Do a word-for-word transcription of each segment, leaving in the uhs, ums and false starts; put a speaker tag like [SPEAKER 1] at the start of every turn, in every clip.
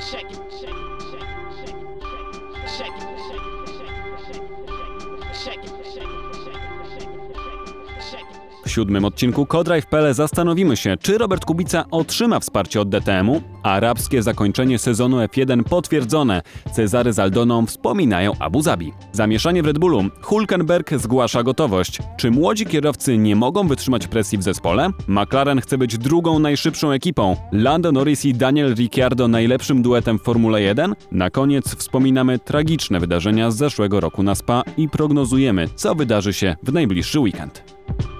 [SPEAKER 1] W siódmym odcinku Codrive kropka p l zastanowimy się, czy Robert Kubica otrzyma wsparcie od D T M u. Arabskie zakończenie sezonu F jeden potwierdzone. Cezary z Aldoną wspominają Abu Zabi. Zamieszanie w Red Bullu. Hülkenberg zgłasza gotowość. Czy młodzi kierowcy nie mogą wytrzymać presji w zespole? McLaren chce być drugą najszybszą ekipą. Lando Norris i Daniel Ricciardo najlepszym duetem w Formule jeden? Na koniec wspominamy tragiczne wydarzenia z zeszłego roku na Spa i prognozujemy, co wydarzy się w najbliższy weekend.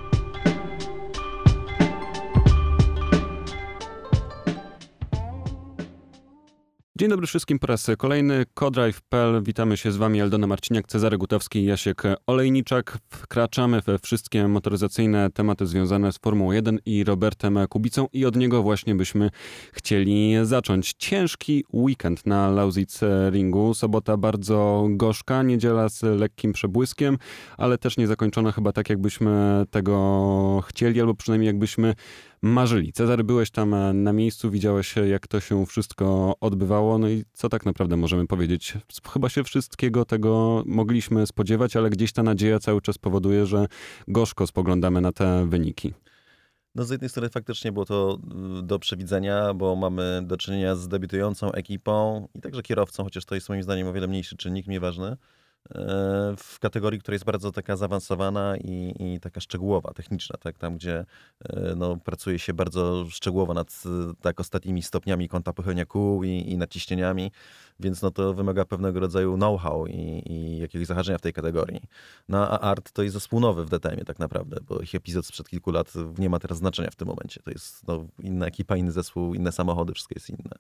[SPEAKER 1] Dzień dobry wszystkim po raz kolejny. Codrive kropka p l. Witamy się z Wami, Aldona Marciniak, Cezary Gutowski i Jasiek Olejniczak. Wkraczamy we wszystkie motoryzacyjne tematy związane z Formułą jeden i Robertem Kubicą i od niego właśnie byśmy chcieli zacząć. Ciężki weekend na Lausitzringu. Sobota bardzo gorzka, niedziela z lekkim przebłyskiem, ale też nie zakończona chyba tak, jakbyśmy tego chcieli, albo przynajmniej jakbyśmy marzyli. Cezary, byłeś tam na miejscu, widziałeś, jak to się wszystko odbywało, no i co tak naprawdę możemy powiedzieć? Chyba się wszystkiego tego mogliśmy spodziewać, ale gdzieś ta nadzieja cały czas powoduje, że gorzko spoglądamy na te wyniki.
[SPEAKER 2] No z jednej strony faktycznie było to do przewidzenia, bo mamy do czynienia z debiutującą ekipą i także kierowcą, chociaż to jest moim zdaniem o wiele mniejszy czynnik, mniej ważny, w kategorii, która jest bardzo taka zaawansowana i, i taka szczegółowa, techniczna, tak? Tam, gdzie no, pracuje się bardzo szczegółowo nad tak ostatnimi stopniami kąta pochylenia kół i, i nadciśnieniami, więc no, to wymaga pewnego rodzaju know-how i, i jakiegoś zahaczenia w tej kategorii. No a Art to jest zespół nowy w D T M ie tak naprawdę, bo ich epizod sprzed kilku lat nie ma teraz znaczenia w tym momencie. To jest no, inna ekipa, inny zespół, inne samochody, wszystko jest inne.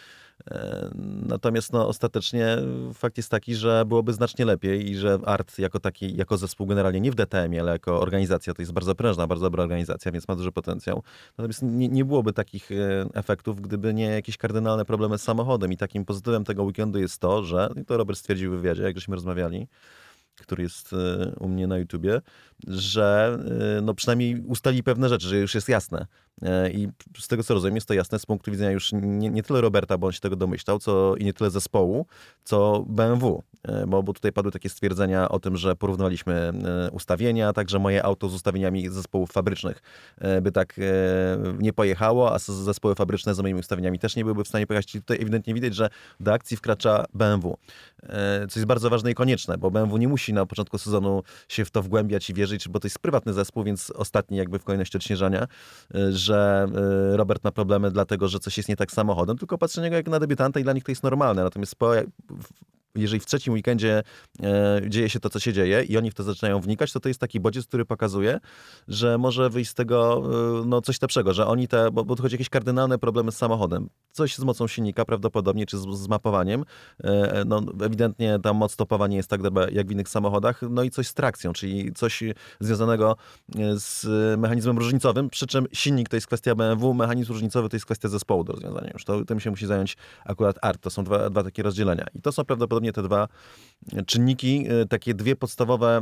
[SPEAKER 2] Natomiast no, ostatecznie fakt jest taki, że byłoby znacznie lepiej i że Art jako taki, jako zespół generalnie nie w D T M ie, ale jako organizacja, to jest bardzo prężna, bardzo dobra organizacja, więc ma duży potencjał. Natomiast nie, nie byłoby takich efektów, gdyby nie jakieś kardynalne problemy z samochodem i takim pozytywem tego weekendu jest to, że, i to Robert stwierdził w wywiadzie, jak żeśmy rozmawiali, który jest u mnie na YouTubie, że no przynajmniej ustali pewne rzeczy, że już jest jasne. I z tego co rozumiem, jest to jasne z punktu widzenia już nie, nie tyle Roberta, bo on się tego domyślał, co, i nie tyle zespołu, co B M W. Bo, bo tutaj padły takie stwierdzenia o tym, że porównywaliśmy ustawienia, także moje auto z ustawieniami zespołów fabrycznych by tak nie pojechało, a zespoły fabryczne z moimi ustawieniami też nie byłyby w stanie pojechać. Czyli tutaj ewidentnie widać, że do akcji wkracza B M W. Co jest bardzo ważne i konieczne, bo B M W nie musi na początku sezonu się w to wgłębiać i wierzyć, bo to jest prywatny zespół, więc ostatni jakby w kolejności odśnieżania, że Robert ma problemy dlatego, że coś jest nie tak z samochodem, tylko patrzy na niego jak na debiutanta i dla nich to jest normalne. Natomiast po, jeżeli w trzecim weekendzie e, dzieje się to, co się dzieje i oni w to zaczynają wnikać, to to jest taki bodziec, który pokazuje, że może wyjść z tego e, no, coś lepszego, że oni te, bo, bo tu chodzi o jakieś kardynalne problemy z samochodem. Coś z mocą silnika prawdopodobnie, czy z, z mapowaniem. E, no, ewidentnie ta moc topowa nie jest tak dobra jak w innych samochodach. No i coś z trakcją, czyli coś związanego z mechanizmem różnicowym, przy czym silnik to jest kwestia B M W, mechanizm różnicowy to jest kwestia zespołu do rozwiązania już. To, tym się musi zająć akurat Art. To są dwa, dwa takie rozdzielenia. I to są prawdopodobnie te dwa czynniki, takie dwie podstawowe,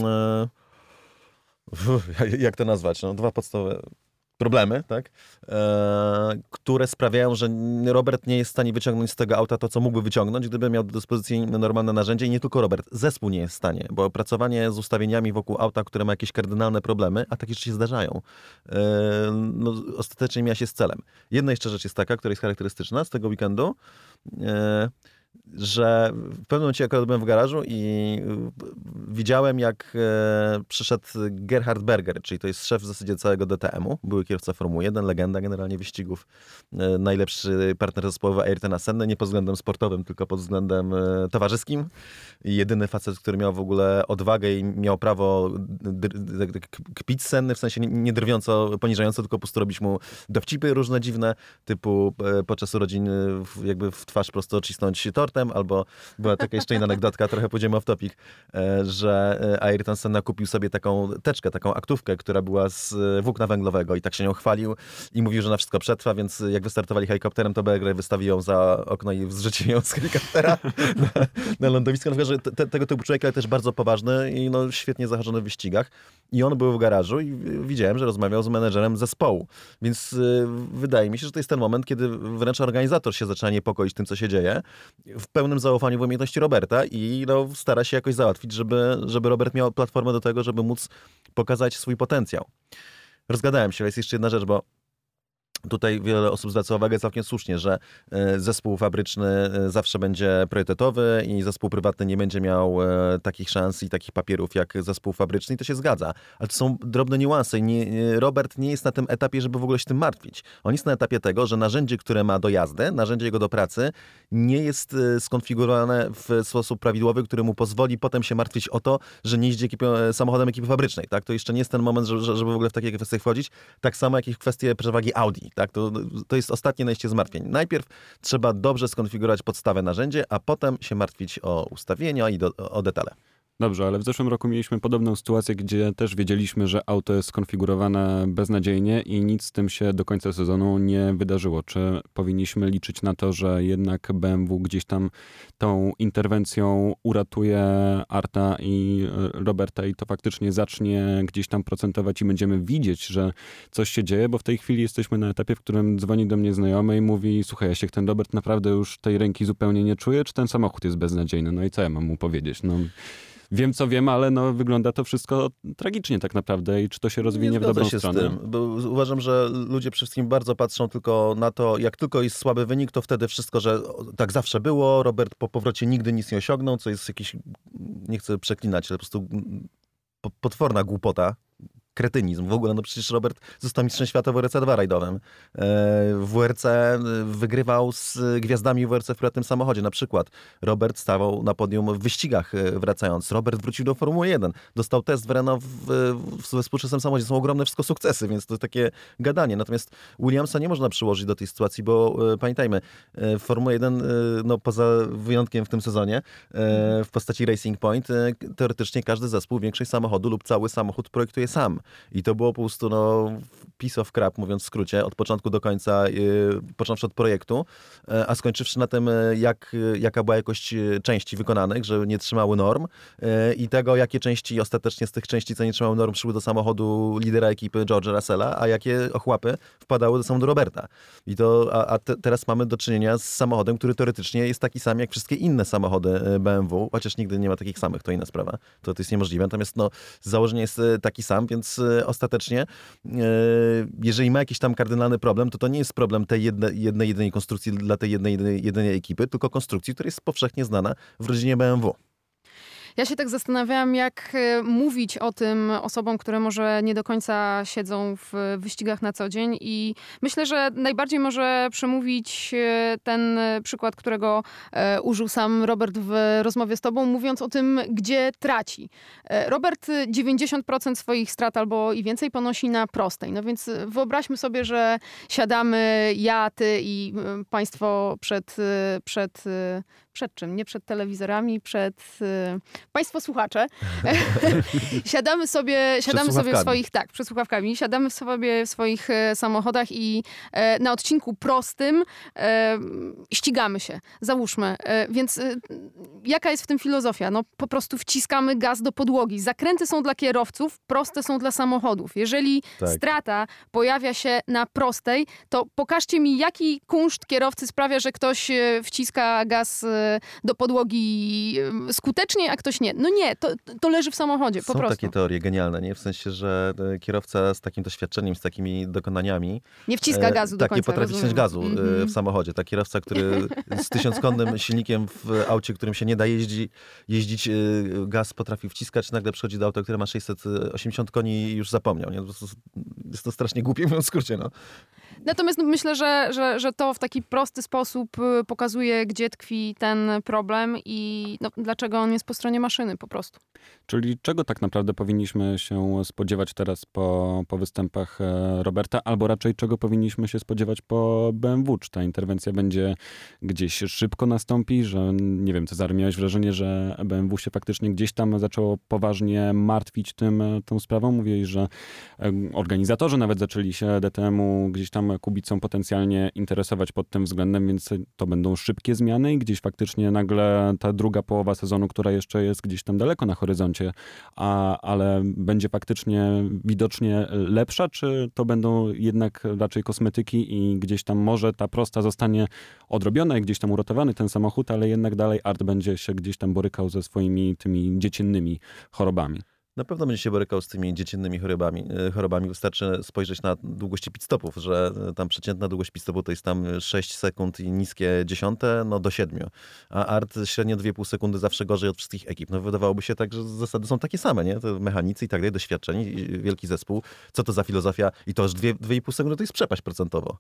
[SPEAKER 2] jak to nazwać, no, dwa podstawowe problemy, tak, e, które sprawiają, że Robert nie jest w stanie wyciągnąć z tego auta to, co mógłby wyciągnąć, gdyby miał do dyspozycji normalne narzędzie. I nie tylko Robert, zespół nie jest w stanie, bo pracowanie z ustawieniami wokół auta, które ma jakieś kardynalne problemy, a takie rzeczy się zdarzają, e, no, ostatecznie mija się z celem. Jedna jeszcze rzecz jest taka, która jest charakterystyczna z tego weekendu, e, że w pewnym momencie akurat byłem w garażu i widziałem, jak e, przyszedł Gerhard Berger, czyli to jest szef w zasadzie całego D T M u, były kierowca Formuły jeden, legenda generalnie wyścigów, e, najlepszy partner zespołowy Ayrtona Senny, nie pod względem sportowym, tylko pod względem e, towarzyskim. I jedyny facet, który miał w ogóle odwagę i miał prawo dr- kpić Senny, w sensie nie, nie drwiąco, poniżająco, tylko po prostu robić mu dowcipy różne dziwne, typu e, podczas urodzin w, jakby w twarz prosto cisnąć to tortem, albo była taka jeszcze inna anegdotka, trochę pójdziemy off topic, że Ayrton Senna kupił sobie taką teczkę, taką aktówkę, która była z włókna węglowego i tak się nią chwalił i mówił, że na wszystko przetrwa, więc jak wystartowali helikopterem, to B G wystawił ją za okno i zrzucił ją z helikoptera na, na lądowisko. No, że te, tego typu człowiek, ale też bardzo poważny i no, świetnie zachodzony w wyścigach. I on był w garażu i widziałem, że rozmawiał z menedżerem zespołu. Więc y, wydaje mi się, że to jest ten moment, kiedy wręcz organizator się zaczyna niepokoić tym, co się dzieje, w pełnym zaufaniu w umiejętności Roberta i no, stara się jakoś załatwić, żeby, żeby Robert miał platformę do tego, żeby móc pokazać swój potencjał. Rozgadałem się, ale jest jeszcze jedna rzecz, bo tutaj wiele osób zwraca uwagę całkiem słusznie, że zespół fabryczny zawsze będzie priorytetowy i zespół prywatny nie będzie miał takich szans i takich papierów jak zespół fabryczny i to się zgadza. Ale to są drobne niuanse i nie, Robert nie jest na tym etapie, żeby w ogóle się tym martwić. On jest na etapie tego, że narzędzie, które ma do jazdy, narzędzie jego do pracy nie jest skonfigurowane w sposób prawidłowy, który mu pozwoli potem się martwić o to, że nie jeździ ekipy, samochodem ekipy fabrycznej. Tak? To jeszcze nie jest ten moment, żeby, żeby w ogóle w takie kwestie wchodzić. Tak samo jak i w kwestie przewagi Audi. Tak, to, to jest ostatnie najście zmartwień. Najpierw trzeba dobrze skonfigurować podstawę narzędzie, a potem się martwić o ustawienia i do, o detale.
[SPEAKER 1] Dobrze, ale w zeszłym roku mieliśmy podobną sytuację, gdzie też wiedzieliśmy, że auto jest skonfigurowane beznadziejnie i nic z tym się do końca sezonu nie wydarzyło. Czy powinniśmy liczyć na to, że jednak B M W gdzieś tam tą interwencją uratuje Arta i Roberta i to faktycznie zacznie gdzieś tam procentować i będziemy widzieć, że coś się dzieje, bo w tej chwili jesteśmy na etapie, w którym dzwoni do mnie znajomy i mówi: słuchaj, Jasiek, ten Robert naprawdę już tej ręki zupełnie nie czuje, czy ten samochód jest beznadziejny? No i co ja mam mu powiedzieć? No... Wiem, co wiem, ale no, wygląda to wszystko tragicznie tak naprawdę i czy to się rozwinie w dobrą
[SPEAKER 2] się
[SPEAKER 1] stronę?
[SPEAKER 2] Z tym, bo uważam, że ludzie przede wszystkim bardzo patrzą tylko na to, jak tylko jest słaby wynik, to wtedy wszystko, że tak zawsze było, Robert po powrocie nigdy nic nie osiągnął, co jest jakiś, nie chcę przeklinać, ale po prostu potworna głupota. Kretynizm. W ogóle, no przecież Robert został mistrzem świata w W R C dwa rajdowym. W W R C wygrywał z gwiazdami W R C w prywatnym samochodzie. Na przykład Robert stawał na podium w wyścigach wracając. Robert wrócił do Formuły jeden. Dostał test w Renault w, we współczesnym samochodzie. Są ogromne wszystko sukcesy, więc to takie gadanie. Natomiast Williamsa nie można przyłożyć do tej sytuacji, bo e, pamiętajmy, e, Formuła jeden, e, no poza wyjątkiem w tym sezonie, e, w postaci Racing Point, e, teoretycznie każdy zespół większość samochodu lub cały samochód projektuje sam. I to było po prostu no, piece of crap, mówiąc w skrócie, od początku do końca, yy, począwszy od projektu, yy, a skończywszy na tym, yy, jak, yy, jaka była jakość yy, części wykonanych, że nie trzymały norm yy, i tego, jakie części ostatecznie z tych części, co nie trzymały norm, szły do samochodu lidera ekipy George'a Russella, a jakie ochłapy wpadały do samochodu Roberta. I to, a, a te, teraz mamy do czynienia z samochodem, który teoretycznie jest taki sam jak wszystkie inne samochody B M W, chociaż nigdy nie ma takich samych, to inna sprawa. To, to jest niemożliwe. Natomiast no, założenie jest taki sam, więc ostatecznie, jeżeli ma jakiś tam kardynalny problem, to to nie jest problem tej jednej, jednej, jedynej konstrukcji dla tej jednej, jednej, jedynej ekipy, tylko konstrukcji, która jest powszechnie znana w rodzinie B M W.
[SPEAKER 3] Ja się tak zastanawiałam, jak mówić o tym osobom, które może nie do końca siedzą w wyścigach na co dzień i myślę, że najbardziej może przemówić ten przykład, którego użył sam Robert w rozmowie z tobą, mówiąc o tym, gdzie traci. Robert dziewięćdziesiąt procent swoich strat albo i więcej ponosi na prostej. No więc wyobraźmy sobie, że siadamy ja, ty i państwo przed, przed, przed czym? Nie przed telewizorami, przed państwo słuchacze. siadamy sobie, siadamy sobie w swoich, tak, przed słuchawkami, siadamy sobie w swoich e, samochodach i e, na odcinku prostym e, ścigamy się, załóżmy. E, więc e, jaka jest w tym filozofia? No po prostu wciskamy gaz do podłogi. Zakręty są dla kierowców, proste są dla samochodów. Jeżeli tak. strata pojawia się na prostej, to pokażcie mi, jaki kunszt kierowcy sprawia, że ktoś wciska gaz do podłogi skutecznie, a ktoś nie. No nie, to, to leży w samochodzie, po
[SPEAKER 2] Są
[SPEAKER 3] prostu.
[SPEAKER 2] Są takie teorie genialne, nie? W sensie, że kierowca z takim doświadczeniem, z takimi dokonaniami...
[SPEAKER 3] Nie wciska gazu
[SPEAKER 2] e,
[SPEAKER 3] do
[SPEAKER 2] tak,
[SPEAKER 3] końca.
[SPEAKER 2] nie potrafi wcisnąć gazu mm-hmm. w samochodzie. Tak, kierowca, który z tysiąckonnym silnikiem w aucie, którym się nie da jeździ, jeździć, gaz potrafi wciskać, nagle przychodzi do auta, które ma sześćset osiemdziesiąt koni i już zapomniał. Nie? Jest to strasznie głupie, mówiąc w skrócie. No.
[SPEAKER 3] Natomiast no, myślę, że, że, że to w taki prosty sposób pokazuje, gdzie tkwi ten problem i no, dlaczego on jest po stronie maszyny po prostu.
[SPEAKER 1] Czyli czego tak naprawdę powinniśmy się spodziewać teraz po, po występach Roberta, albo raczej czego powinniśmy się spodziewać po B M W? Czy ta interwencja będzie gdzieś szybko nastąpi, że nie wiem, Cezary, miałeś wrażenie, że B M W się faktycznie gdzieś tam zaczęło poważnie martwić tym, tą sprawą? Mówiłeś, że organizatorzy nawet zaczęli się D T M-u gdzieś tam kubicą potencjalnie interesować pod tym względem, więc to będą szybkie zmiany i gdzieś faktycznie nagle ta druga połowa sezonu, która jeszcze jest gdzieś tam daleko na horyzoncie, a, ale będzie faktycznie widocznie lepsza, czy to będą jednak raczej kosmetyki i gdzieś tam może ta prosta zostanie odrobiona i gdzieś tam uratowany ten samochód, ale jednak dalej Art będzie się gdzieś tam borykał ze swoimi tymi dziecinnymi chorobami.
[SPEAKER 2] Na pewno będzie się borykał z tymi dziecinnymi chorobami. chorobami. Wystarczy spojrzeć na długości pit stopów, że tam przeciętna długość pit stopu to jest tam sześć sekund i niskie dziesiąte, no do siedmiu. A Art średnio dwie i pół sekundy zawsze gorzej od wszystkich ekip. No wydawałoby się tak, że zasady są takie same, nie? To mechanicy i tak dalej, doświadczeni, wielki zespół. Co to za filozofia? I to już dwie i pół sekundy to jest przepaść procentowo.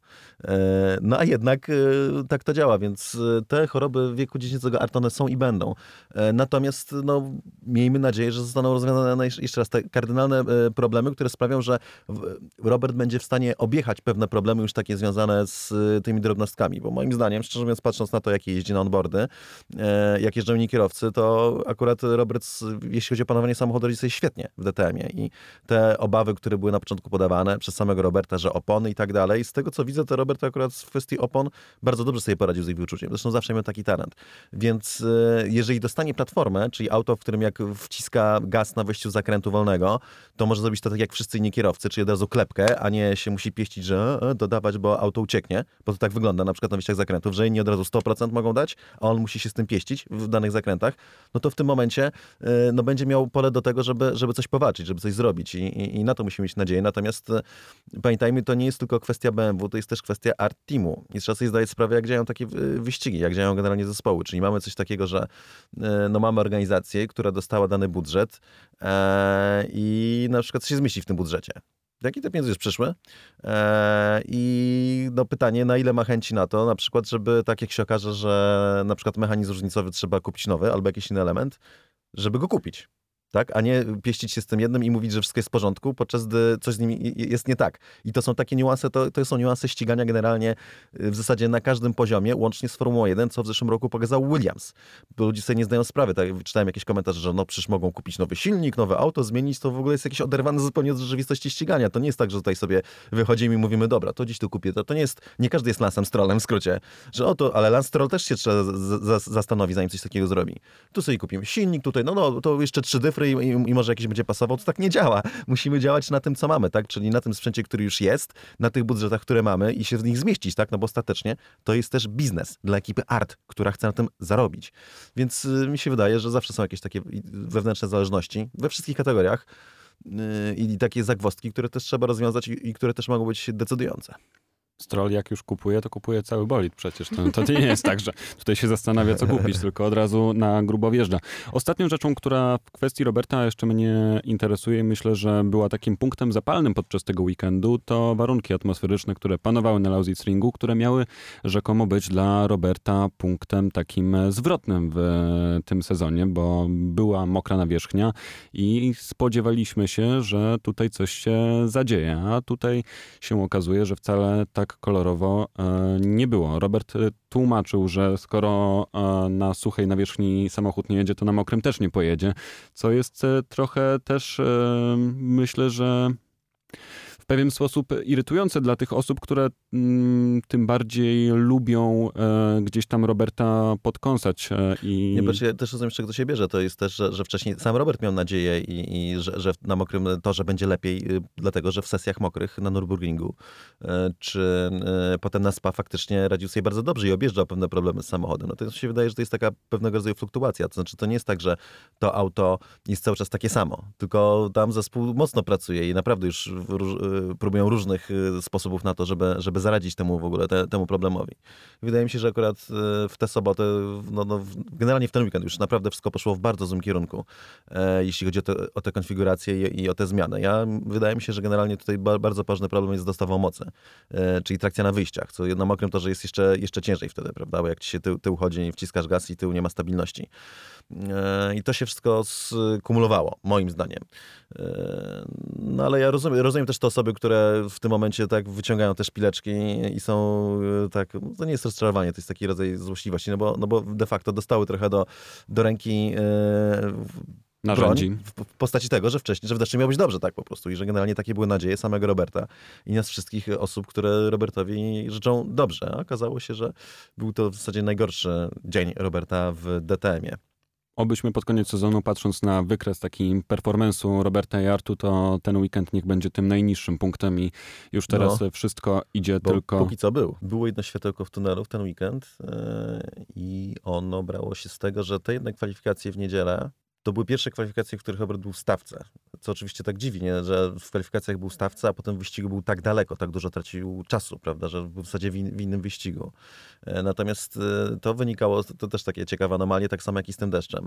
[SPEAKER 2] No a jednak tak to działa, więc te choroby wieku dziecięcego Art, one są i będą. Natomiast no, miejmy nadzieję, że zostaną rozwiązane jeszcze raz te kardynalne problemy, które sprawią, że Robert będzie w stanie objechać pewne problemy już takie związane z tymi drobnostkami, bo moim zdaniem, szczerze mówiąc, patrząc na to, jak jeździ na onboardy, jak jeżdżą inni kierowcy, to akurat Robert, jeśli chodzi o panowanie samochodu, radzi sobie świetnie w D T M-ie i te obawy, które były na początku podawane przez samego Roberta, że opony i tak dalej, z tego co widzę, to Robert akurat w kwestii opon bardzo dobrze sobie poradził z ich wyczuciem. Zresztą zawsze miał taki talent. Więc jeżeli dostanie platformę, czyli auto, w którym jak wciska gaz na wejściu zakrętu wolnego, to może zrobić to tak jak wszyscy inni kierowcy, czyli od razu klepkę, a nie się musi pieścić, że e, dodawać, bo auto ucieknie, bo to tak wygląda na przykład na wyjściach zakrętów, że inni od razu sto procent mogą dać, a on musi się z tym pieścić w danych zakrętach, no to w tym momencie e, no będzie miał pole do tego, żeby, żeby coś powalczyć, żeby coś zrobić I, i, i na to musimy mieć nadzieję. Natomiast e, pamiętajmy, to nie jest tylko kwestia B M W, to jest też kwestia Art Teamu i trzeba sobie zdać sprawę, jak działają takie wyścigi, jak działają generalnie zespoły, czyli mamy coś takiego, że e, no mamy organizację, która dostała dany budżet, e, i na przykład się zmieści w tym budżecie. Jakie te pieniądze już przyszły? Eee, I no pytanie, na ile ma chęci na to, na przykład, żeby tak jak się okaże, że na przykład mechanizm różnicowy trzeba kupić nowy albo jakiś inny element, żeby go kupić. Tak? A nie pieścić się z tym jednym i mówić, że wszystko jest w porządku, podczas gdy coś z nimi jest nie tak. I to są takie niuanse, to, to są niuanse ścigania generalnie w zasadzie na każdym poziomie, łącznie z Formułą jeden, co w zeszłym roku pokazał Williams. Bo ludzie sobie nie zdają sprawy. Tak? Czytałem jakieś komentarze, że no przecież mogą kupić nowy silnik, nowe auto, zmienić, to w ogóle jest jakieś oderwane zupełnie od rzeczywistości ścigania. To nie jest tak, że tutaj sobie wychodzimy i mówimy, dobra, to dziś tu kupię. To, to nie jest, nie każdy jest Lansem Strollem w skrócie, że oto, ale Lance Stroll też się trzeba z, z, zastanowi, zanim coś takiego zrobi. Tu sobie kupimy silnik, tutaj, no, no to jeszcze trzy dyfry I, i, i może jakiś będzie pasował, to tak nie działa. Musimy działać na tym, co mamy, tak? Czyli na tym sprzęcie, który już jest, na tych budżetach, które mamy i się w nich zmieścić, tak? No bo ostatecznie to jest też biznes dla ekipy Art, która chce na tym zarobić. Więc y, mi się wydaje, że zawsze są jakieś takie wewnętrzne zależności we wszystkich kategoriach y, i takie zagwozdki, które też trzeba rozwiązać i, i które też mogą być decydujące.
[SPEAKER 1] Stroll jak już kupuje, to kupuje cały bolid przecież. To, to nie jest tak, że tutaj się zastanawia, co kupić, tylko od razu na grubo wjeżdża. Ostatnią rzeczą, która w kwestii Roberta jeszcze mnie interesuje i myślę, że była takim punktem zapalnym podczas tego weekendu, to warunki atmosferyczne, które panowały na Lausitzringu, które miały rzekomo być dla Roberta punktem takim zwrotnym w tym sezonie, bo była mokra nawierzchnia i spodziewaliśmy się, że tutaj coś się zadzieje, a tutaj się okazuje, że wcale tak kolorowo e, nie było. Robert tłumaczył, że skoro e, na suchej nawierzchni samochód nie jedzie, to na mokrym też nie pojedzie, co jest e, trochę też e, myślę, że w pewien sposób irytujące dla tych osób, które mm, tym bardziej lubią e, gdzieś tam Roberta podkąsać. E, i...
[SPEAKER 2] Nie, bo ja też rozumiem, z czego to się bierze. To jest też, że, że wcześniej sam Robert miał nadzieję i, i że, że na mokrym torze będzie lepiej, y, dlatego że w sesjach mokrych na Nürburgringu y, czy y, potem na Spa faktycznie radził sobie bardzo dobrze i objeżdżał pewne problemy z samochodem. No to się wydaje, że to jest taka pewnego rodzaju fluktuacja. To znaczy, to nie jest tak, że to auto jest cały czas takie samo, tylko tam zespół mocno pracuje i naprawdę już w, próbują różnych sposobów na to, żeby, żeby zaradzić temu w ogóle, te, temu problemowi. Wydaje mi się, że akurat w tę sobotę, no, no, generalnie w ten weekend już naprawdę wszystko poszło w bardzo złym kierunku, e, jeśli chodzi o te, o te konfiguracje i, i o te zmiany. Ja, wydaje mi się, że generalnie tutaj ba, bardzo ważny problem jest z dostawą mocy, e, czyli trakcja na wyjściach, co na mokrym torze jest jeszcze, jeszcze ciężej wtedy, prawda, bo jak ci się tył, tył chodzi, nie wciskasz gaz i tył nie ma stabilności. E, I to się wszystko skumulowało, moim zdaniem. E, no ale ja rozumiem, rozumiem też te osoby, które w tym momencie tak wyciągają te szpileczki i są tak, to nie jest rozczarowanie, to jest taki rodzaj złośliwości, no bo, no bo de facto dostały trochę do, do ręki e,
[SPEAKER 1] narzędzi
[SPEAKER 2] broń w, w postaci tego, że wcześniej, że wreszcie miało być dobrze tak po prostu i że generalnie takie były nadzieje samego Roberta i nas wszystkich osób, które Robertowi życzą dobrze. A okazało się, że był to w zasadzie najgorszy dzień Roberta w D T M ie.
[SPEAKER 1] Obyśmy pod koniec sezonu, patrząc na wykres taki performance'u Roberta i Artu, to ten weekend niech będzie tym najniższym punktem i już teraz no, wszystko idzie
[SPEAKER 2] bo
[SPEAKER 1] tylko...
[SPEAKER 2] Póki co był. Było jedno światełko w tunelu w ten weekend yy, i ono brało się z tego, że te jednak kwalifikacje w niedzielę to były pierwsze kwalifikacje, w których Robert był w stawce. Co oczywiście tak dziwi, nie? Że w kwalifikacjach był w stawce, a potem w wyścigu był tak daleko, tak dużo tracił czasu, prawda, że był w zasadzie w, in, w innym wyścigu. Natomiast to wynikało, to też takie ciekawe anomalie, tak samo jak i z tym deszczem,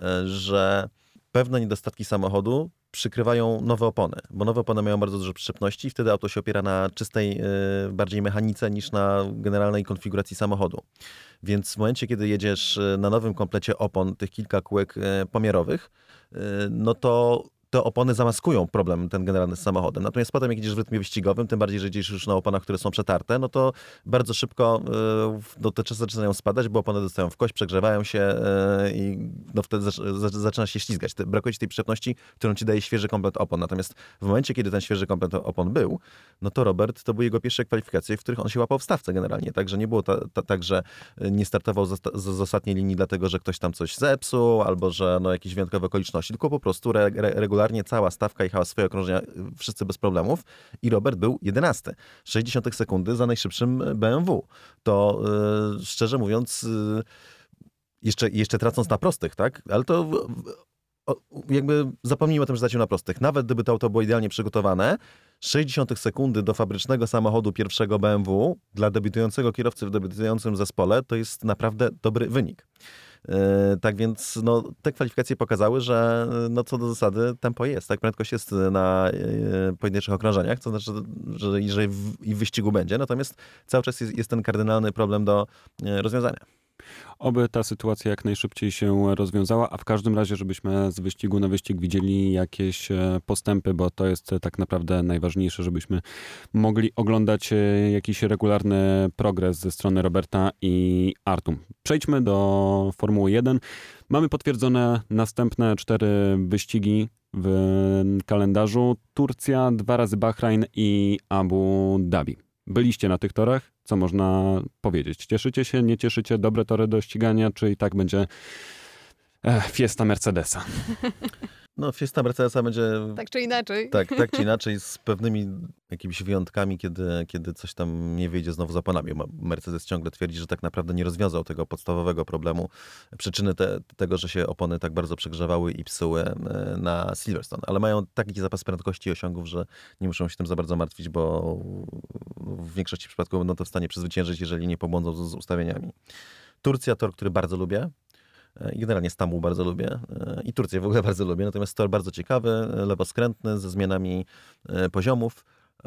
[SPEAKER 2] że pewne niedostatki samochodu przykrywają nowe opony, bo nowe opony mają bardzo dużo przyczepności i wtedy auto się opiera na czystej, bardziej mechanice niż na generalnej konfiguracji samochodu. Więc w momencie, kiedy jedziesz na nowym komplecie opon, tych kilka kółek pomiarowych, no to te opony zamaskują problem ten generalny z samochodem. Natomiast potem jak jedziesz w rytmie wyścigowym, tym bardziej, że jedziesz już na oponach, które są przetarte, no to bardzo szybko no, te czasy zaczynają spadać, bo opony dostają w kość, przegrzewają się i no, wtedy zaczyna się ślizgać. Brakuje ci tej przyczepności, którą ci daje świeży komplet opon. Natomiast w momencie, kiedy ten świeży komplet opon był, no to Robert, to były jego pierwsze kwalifikacje, w których on się łapał w stawce generalnie. Także nie było ta, ta, tak, że nie startował z, z, z ostatniej linii dlatego, że ktoś tam coś zepsuł, albo że no, jakieś wyjątkowe okoliczności, tylko po prostu re, re, regularnie cała stawka jechała swoje okrążenia, wszyscy bez problemów i Robert był jedenasty. sześćdziesiąt sekundy za najszybszym B M W. To yy, szczerze mówiąc, yy, jeszcze, jeszcze tracąc na prostych, tak? Ale to yy, jakby zapomnijmy o tym, że stracił na prostych. Nawet gdyby to auto było idealnie przygotowane, sześćdziesiąt sekundy do fabrycznego samochodu pierwszego B M W dla debiutującego kierowcy w debiutującym zespole to jest naprawdę dobry wynik. Tak więc no, te kwalifikacje pokazały, że no, co do zasady tempo jest, tak, prędkość jest na pojedynczych okrążeniach, to znaczy, że, że i w wyścigu będzie, natomiast cały czas jest, jest ten kardynalny problem do rozwiązania.
[SPEAKER 1] Oby ta sytuacja jak najszybciej się rozwiązała, a w każdym razie, żebyśmy z wyścigu na wyścig widzieli jakieś postępy, bo to jest tak naprawdę najważniejsze, żebyśmy mogli oglądać jakiś regularny progres ze strony Roberta i Artu. Przejdźmy do Formuły jeden. Mamy potwierdzone następne cztery wyścigi w kalendarzu. Turcja, dwa razy Bahrain i Abu Dhabi. Byliście na tych torach? Co można powiedzieć? Cieszycie się, nie cieszycie? Dobre tory do ścigania, czy i tak będzie e, fiesta Mercedesa?
[SPEAKER 2] No, fiesta Mercedesa będzie...
[SPEAKER 3] Tak czy inaczej.
[SPEAKER 2] Tak, tak czy inaczej, z pewnymi jakimiś wyjątkami, kiedy, kiedy coś tam nie wyjdzie znowu z oponami. Mercedes ciągle twierdzi, że tak naprawdę nie rozwiązał tego podstawowego problemu, przyczyny te, tego, że się opony tak bardzo przegrzewały i psuły na Silverstone. Ale mają taki zapas prędkości i osiągów, że nie muszą się tym za bardzo martwić, bo w większości przypadków będą to w stanie przezwyciężyć, jeżeli nie pobłądzą z, z ustawieniami. Turcja, tor, który bardzo lubię. I generalnie Stambuł bardzo lubię i Turcję w ogóle bardzo lubię, natomiast tor bardzo ciekawy, lewoskrętny, ze zmianami poziomów,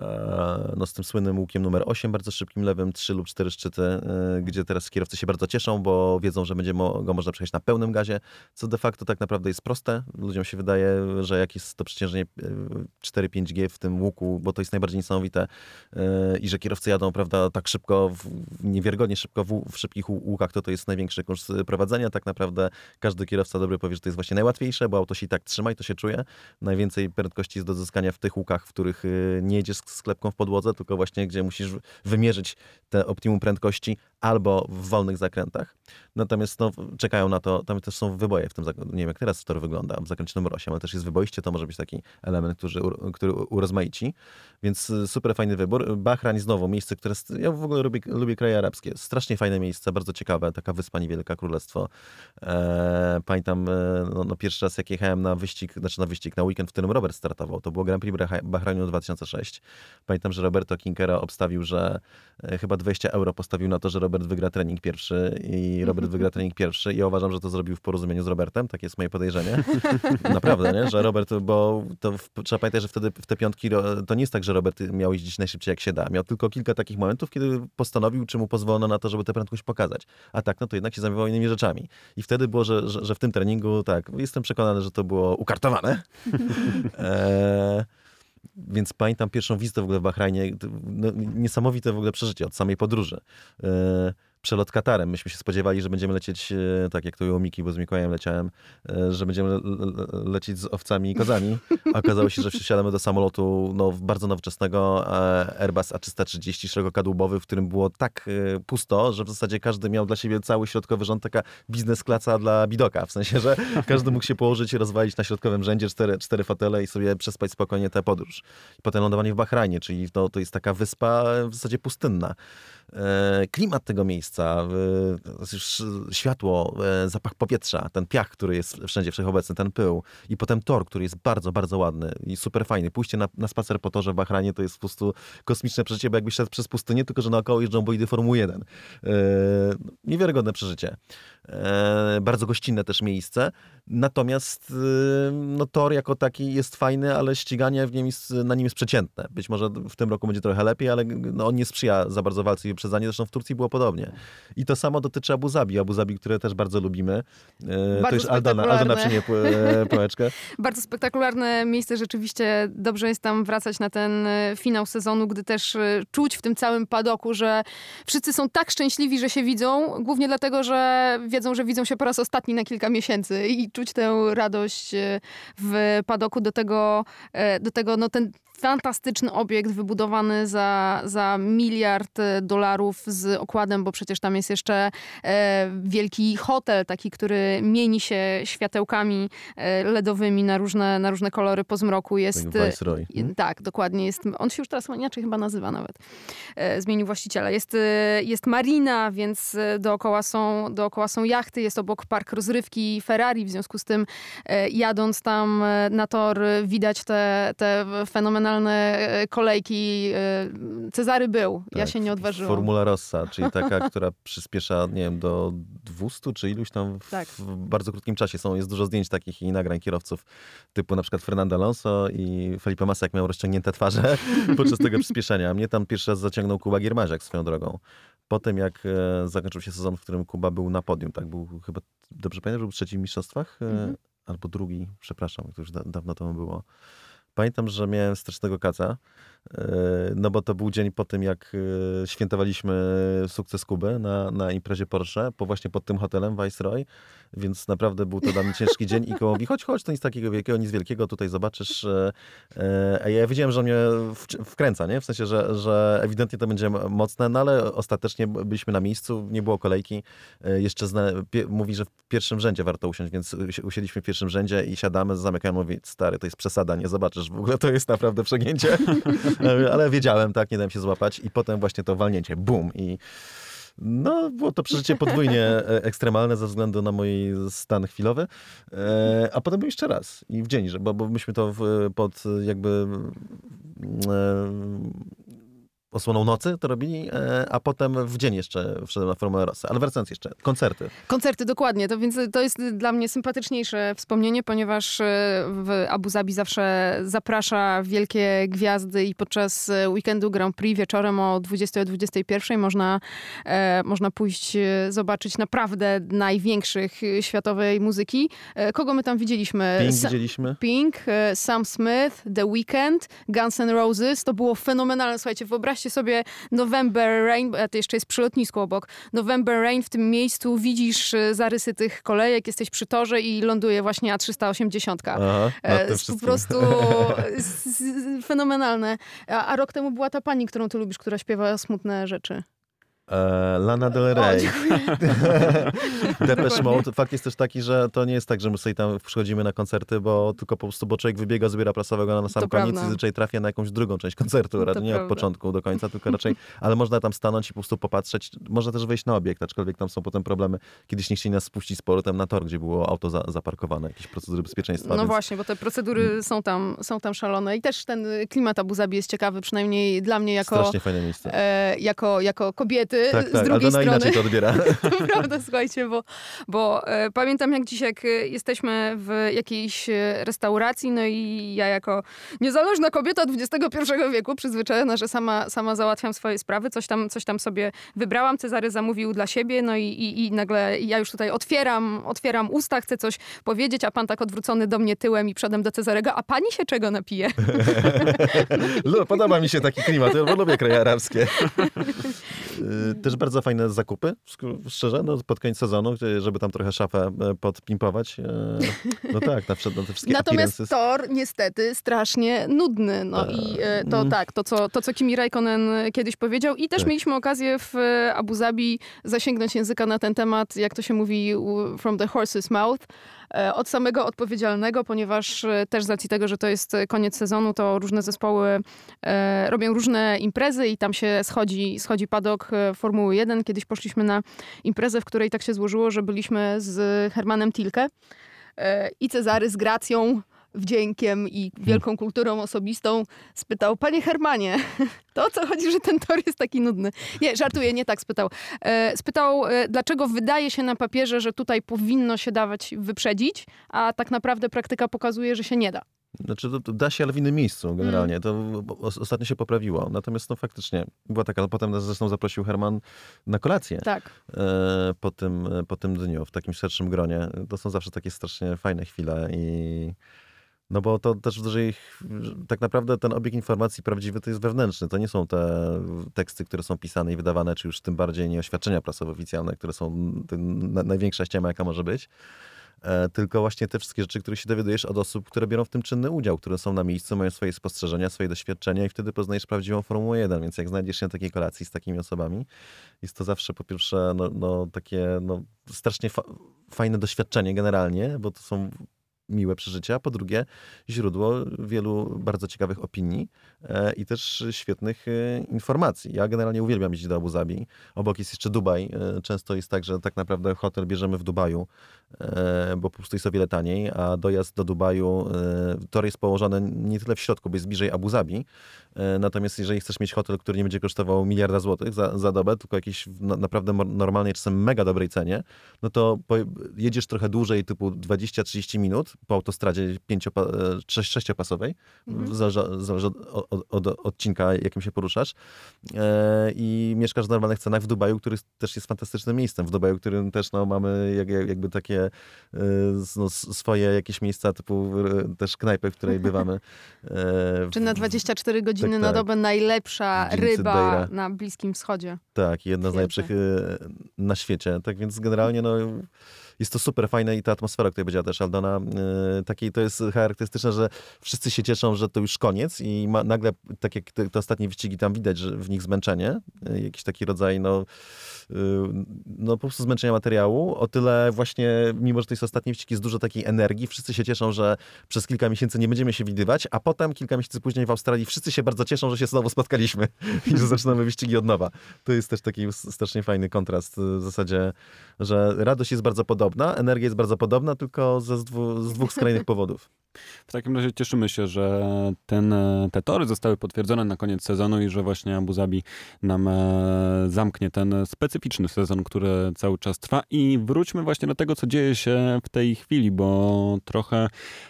[SPEAKER 2] no z tym słynnym łukiem numer osiem, bardzo szybkim lewym, trzy lub cztery szczyty, gdzie teraz kierowcy się bardzo cieszą, bo wiedzą, że będzie mo- go można przejechać na pełnym gazie, co de facto tak naprawdę jest proste. Ludziom się wydaje, że jak jest to przeciążenie cztery pięć G w tym łuku, bo to jest najbardziej niesamowite i że kierowcy jadą, prawda, tak szybko, w, niewiarygodnie szybko w, w szybkich łukach, to to jest największy kurs prowadzenia. Tak naprawdę każdy kierowca dobry powie, że to jest właśnie najłatwiejsze, bo auto się i tak trzyma i to się czuje. Najwięcej prędkości jest do zyskania w tych łukach, w których nie jedziesz sklepką w podłodze, tylko właśnie gdzie musisz wymierzyć te optimum prędkości, albo w wolnych zakrętach. Natomiast no, czekają na to, tam też są wyboje w tym, nie wiem jak teraz tor wygląda, w zakręcie numer osiem, ale też jest wyboiście, to może być taki element, który, który urozmaici, więc super fajny wybór. Bahrain znowu, miejsce, które, ja w ogóle lubię, lubię kraje arabskie, strasznie fajne miejsce, bardzo ciekawe, taka wyspa niewielka, królestwo. Eee, pamiętam, no, no pierwszy raz jak jechałem na wyścig, znaczy na wyścig, na weekend, w którym Robert startował, to było Grand Prix Bahrainu dwa tysiące szósty. Pamiętam, że Roberto Kinkera obstawił, że e, chyba dwadzieścia euro postawił na to, że Robert wygra trening pierwszy i Robert wygra trening pierwszy. I ja uważam, że to zrobił w porozumieniu z Robertem, takie jest moje podejrzenie. Naprawdę, nie? Że Robert, bo to w, trzeba pamiętać, że wtedy w te piątki to nie jest tak, że Robert miał jeździć najszybciej jak się da. Miał tylko kilka takich momentów, kiedy postanowił, czy mu pozwolono na to, żeby tę prędkość pokazać. A tak, no to jednak się zajmował innymi rzeczami. I wtedy było, że, że, że w tym treningu, tak, jestem przekonany, że to było ukartowane. e Więc pamiętam pierwszą wizytę w ogóle w Bahrajnie, no, niesamowite w ogóle przeżycie od samej podróży. Yy, przelot Katarem. Myśmy się spodziewali, że będziemy lecieć, yy, tak jak to jął Miki, bo z Mikołajem leciałem, yy, że będziemy le le lecieć z owcami i kozami. A okazało się, że wsiadamy do samolotu no, bardzo nowoczesnego e, Airbus A trzysta trzydzieści szerokokadłubowy, w którym było tak yy, pusto, że w zasadzie każdy miał dla siebie cały środkowy rząd, taka biznes klasa dla bidoka. W sensie, że każdy mógł się położyć i rozwalić na środkowym rzędzie cztery, cztery fotele i sobie przespać spokojnie tę podróż. I potem lądowanie w Bahrajnie, czyli no, to jest taka wyspa w zasadzie pustynna. E, klimat tego miejsca, e, już światło, e, zapach powietrza, ten piach, który jest wszędzie wszechobecny, ten pył i potem tor, który jest bardzo, bardzo ładny i super fajny. Pójście na, na spacer po torze w Bahrajnie to jest po prostu kosmiczne przeżycie, bo jakbyś szedł przez pustynię, tylko że naokoło jeżdżą bolidy Formuły jeden. E, niewiarygodne przeżycie. E, bardzo gościnne też miejsce. Natomiast e, no, tor jako taki jest fajny, ale ściganie w nim jest, na nim jest przeciętne. Być może w tym roku będzie trochę lepiej, ale no, on nie sprzyja za bardzo walce i wyprzedzaniu. Zresztą w Turcji było podobnie. I to samo dotyczy Abu Zabi. Abu Zabi, które też bardzo lubimy. E, to już Aldona, Aldona przynie pałeczkę.
[SPEAKER 3] Bardzo spektakularne miejsce. Rzeczywiście dobrze jest tam wracać na ten finał sezonu, gdy też czuć w tym całym padoku, że wszyscy są tak szczęśliwi, że się widzą. Głównie dlatego, że wiedzą, że widzą się po raz ostatni na kilka miesięcy i czuć tę radość w padoku. Do tego, do tego no ten fantastyczny obiekt wybudowany za, za miliard dolarów z okładem, bo przecież tam jest jeszcze e, wielki hotel, taki, który mieni się światełkami e, ledowymi na różne, na różne kolory po zmroku. Jest,
[SPEAKER 2] Viceroy.
[SPEAKER 3] E, tak, dokładnie. Jest, on się już teraz inaczej chyba nazywa nawet. E, zmienił właściciela. Jest, e, jest marina, więc dookoła są, dookoła są jachty. Jest obok park rozrywki Ferrari. W związku z tym e, jadąc tam na tor widać te, te fenomenalne kolejki. Cezary był. Ja
[SPEAKER 2] tak,
[SPEAKER 3] się nie odważyłam.
[SPEAKER 2] Formula Rossa, czyli taka, która przyspiesza, nie wiem, do dwustu czy iluś tam w,
[SPEAKER 3] tak.
[SPEAKER 2] w bardzo krótkim czasie. Są, jest dużo zdjęć takich i nagrań kierowców typu na przykład Fernando Alonso i Felipe Massa, jak miał rozciągnięte twarze podczas tego przyspieszenia. Mnie tam pierwszy raz zaciągnął Kuba Giermaziak swoją drogą. Potem jak e, zakończył się sezon, w którym Kuba był na podium, tak był chyba, dobrze pamiętam, że był trzeci w mistrzostwach? E, mhm. Albo drugi, przepraszam, to już da, dawno temu było. Pamiętam, że miałem strasznego kaca, no bo to był dzień po tym, jak świętowaliśmy sukces Kuby na, na imprezie Porsche, po właśnie pod tym hotelem Viceroy, więc naprawdę był to dla mnie ciężki dzień i koło mówi, chodź, chodź, to nic takiego wielkiego, nic wielkiego, tutaj zobaczysz. A ja wiedziałem, że on mnie wkręca, nie? W sensie, że, że ewidentnie to będzie mocne, no ale ostatecznie byliśmy na miejscu, nie było kolejki. Jeszcze zna, mówi, że w pierwszym rzędzie warto usiąść, więc usiedliśmy w pierwszym rzędzie i siadamy, zamykają, mówi, stary, to jest przesada, nie zobaczysz, w ogóle to jest naprawdę przegięcie. Ale wiedziałem, tak, nie dałem się złapać i potem właśnie to walnięcie, bum i no, było to przeżycie podwójnie ekstremalne ze względu na mój stan chwilowy, a potem był jeszcze raz i w dzień, bo, bo myśmy to w, pod jakby osłoną nocy to robili, a potem w dzień jeszcze wszedłem na Formulę Rossa. Ale wracając jeszcze, koncerty.
[SPEAKER 3] Koncerty, dokładnie. To więc to jest dla mnie sympatyczniejsze wspomnienie, ponieważ w Abu Zabi zawsze zaprasza wielkie gwiazdy i podczas weekendu Grand Prix wieczorem o dwudziestej, o dwudziestej pierwszej można, e, można pójść zobaczyć naprawdę największych światowej muzyki. E, kogo my tam widzieliśmy?
[SPEAKER 2] Pink Sa- widzieliśmy.
[SPEAKER 3] Pink, e, Sam Smith, The Weeknd, Guns N' Roses. To było fenomenalne. Słuchajcie, wyobraźcie sobie November Rain, a to jeszcze jest przy lotnisku obok. November Rain, w tym miejscu widzisz zarysy tych kolejek, jesteś przy torze i ląduje właśnie A trzysta osiemdziesiąt.
[SPEAKER 2] Aha,
[SPEAKER 3] e, po prostu z, z, fenomenalne. A, a rok temu była ta pani, którą ty lubisz, która śpiewa smutne rzeczy.
[SPEAKER 2] E, Lana Del Rey. Depeche Mode. Fakt jest też taki, że to nie jest tak, że my sobie tam przychodzimy na koncerty, bo tylko po prostu, bo człowiek wybiega z biura prasowego na sam
[SPEAKER 3] To
[SPEAKER 2] koniec
[SPEAKER 3] prawda.
[SPEAKER 2] i zazwyczaj trafia na jakąś drugą część koncertu.
[SPEAKER 3] To
[SPEAKER 2] To nie
[SPEAKER 3] prawda.
[SPEAKER 2] od początku do końca, tylko raczej, ale można tam stanąć i po prostu popatrzeć. Można też wejść na obiekt, aczkolwiek tam są potem problemy. Kiedyś nie chcieli nas spuścić z powrotem na tor, gdzie było auto za, zaparkowane, jakieś procedury bezpieczeństwa.
[SPEAKER 3] No
[SPEAKER 2] więc...
[SPEAKER 3] właśnie, bo te procedury są tam, są tam szalone i też ten klimat Abu Zabi jest ciekawy, przynajmniej dla mnie jako,
[SPEAKER 2] Strasznie fajne miejsce.
[SPEAKER 3] e, jako, jako kobiety
[SPEAKER 2] Tak,
[SPEAKER 3] z
[SPEAKER 2] tak,
[SPEAKER 3] drugiej
[SPEAKER 2] Aldona
[SPEAKER 3] strony.
[SPEAKER 2] inaczej to odbiera.
[SPEAKER 3] To prawda, słuchajcie, bo, bo e, pamiętam jak dzisiaj jak, e, jesteśmy w jakiejś e, restauracji, no i ja jako niezależna kobieta dwudziestego pierwszego wieku, przyzwyczajona, że sama, sama załatwiam swoje sprawy, coś tam, coś tam sobie wybrałam, Cezary zamówił dla siebie, no i, i, i nagle ja już tutaj otwieram, otwieram usta, chcę coś powiedzieć, a pan tak odwrócony do mnie tyłem i przodem do Cezarego, a pani się czego napije?
[SPEAKER 2] No, podoba mi się taki klimat, ja lubię kraje arabskie. Y, Też bardzo fajne zakupy, sk- szczerze, no, pod koniec sezonu, gdzie- żeby tam trochę szafę e, podpimpować. E, No tak, na przykład no, te wszystkie
[SPEAKER 3] Natomiast
[SPEAKER 2] appearances.
[SPEAKER 3] tor niestety strasznie nudny. No i e, to
[SPEAKER 2] Mm.
[SPEAKER 3] tak, to co, to co Kimi Räikkönen kiedyś powiedział. I też
[SPEAKER 2] Tak.
[SPEAKER 3] mieliśmy okazję w e, Abu Zabi zasięgnąć języka na ten temat, jak to się mówi, u- from the horse's mouth. e, Od samego odpowiedzialnego, ponieważ e, też z racji tego, że to jest e, koniec sezonu, to różne zespoły e, robią różne imprezy i tam się schodzi, schodzi padok e, Formuły jeden. Kiedyś poszliśmy na imprezę, w której tak się złożyło, że byliśmy z Hermanem Tilke e, i Cezary z gracją, wdziękiem i wielką kulturą osobistą spytał, panie Hermanie, to o co chodzi, że ten tor jest taki nudny? Nie, żartuję, nie tak spytał. E, spytał, e, dlaczego wydaje się na papierze, że tutaj powinno się dawać wyprzedzić, a tak naprawdę praktyka pokazuje, że się nie da.
[SPEAKER 2] Znaczy, to, to da się, ale w innym miejscu generalnie. To bo- os- ostatnio się poprawiło. Natomiast no faktycznie była taka, no, potem nas zresztą zaprosił Herman na kolację
[SPEAKER 3] Tak.
[SPEAKER 2] e, po, tym, po tym dniu, w takim szerszym gronie. To są zawsze takie strasznie fajne chwile i no bo to też w dużej, tak naprawdę ten obieg informacji prawdziwy to jest wewnętrzny. To nie są te teksty, które są pisane i wydawane, czy już tym bardziej nie oświadczenia prasowe oficjalne, które są tym, na, największa ściema, jaka może być. E, tylko właśnie te wszystkie rzeczy, których się dowiadujesz od osób, które biorą w tym czynny udział, które są na miejscu, mają swoje spostrzeżenia, swoje doświadczenia i wtedy poznajesz prawdziwą Formułę jeden. Więc jak znajdziesz się na takiej kolacji z takimi osobami, jest to zawsze po pierwsze no, no, takie no, strasznie fa- fajne doświadczenie generalnie, bo to są miłe przeżycia, a po drugie źródło wielu bardzo ciekawych opinii e, i też świetnych e, informacji. Ja generalnie uwielbiam jeździć do Abu Zabi. Obok jest jeszcze Dubaj. E, często jest tak, że tak naprawdę hotel bierzemy w Dubaju, e, bo po prostu jest o wiele taniej, a dojazd do Dubaju, e, tor jest położony nie tyle w środku, bo jest bliżej Abu Zabi. E, natomiast jeżeli chcesz mieć hotel, który nie będzie kosztował miliarda złotych za, za dobę, tylko jakiś w na, naprawdę mo- normalnej, czasem mega dobrej cenie, no to po, jedziesz trochę dłużej, typu dwadzieścia trzydzieści minut po autostradzie pięciopa- e, sześć- sześciopasowej,
[SPEAKER 3] Mhm.
[SPEAKER 2] zależy, zależy od, od, od odcinka, jakim się poruszasz. E, I mieszkasz w normalnych cenach w Dubaju, który też jest fantastycznym miejscem. W Dubaju, którym też no, mamy jak, jak, jakby takie e, no, s- swoje jakieś miejsca, typu e, też knajpy, w której bywamy. E,
[SPEAKER 3] Czy na dwadzieścia cztery godziny
[SPEAKER 2] tak,
[SPEAKER 3] na
[SPEAKER 2] tak.
[SPEAKER 3] dobę najlepsza
[SPEAKER 2] Dżinsy
[SPEAKER 3] ryba
[SPEAKER 2] Deira.
[SPEAKER 3] na Bliskim Wschodzie.
[SPEAKER 2] Tak, jedna z
[SPEAKER 3] Świetnie.
[SPEAKER 2] najlepszych e, na świecie. Tak więc generalnie no, jest to super fajne i ta atmosfera, o której powiedziała też Aldona, e, takiej to jest charakterystyczne, że wszyscy się cieszą, że to już koniec i ma, nagle, tak jak te, te ostatnie wyścigi, tam widać, że w nich zmęczenie, e, jakiś taki rodzaj no, e, no po prostu zmęczenia materiału. O tyle właśnie, mimo że to jest ostatni wyścig, jest dużo takiej energii. Wszyscy się cieszą, że przez kilka miesięcy nie będziemy się widywać, a potem kilka miesięcy później w Australii wszyscy się bardzo cieszą, że się znowu spotkaliśmy i że zaczynamy wyścigi od nowa. To jest też taki strasznie fajny kontrast w zasadzie, że radość jest bardzo podobna, energia jest bardzo podobna, tylko ze z, dwu, z dwóch skrajnych powodów.
[SPEAKER 1] W takim razie cieszymy się, że ten, te tory zostały potwierdzone na koniec sezonu i że właśnie Abu Zabi nam e, zamknie ten specyficzny sezon, który cały czas trwa. I wróćmy właśnie do tego, co dzieje się w tej chwili, bo trochę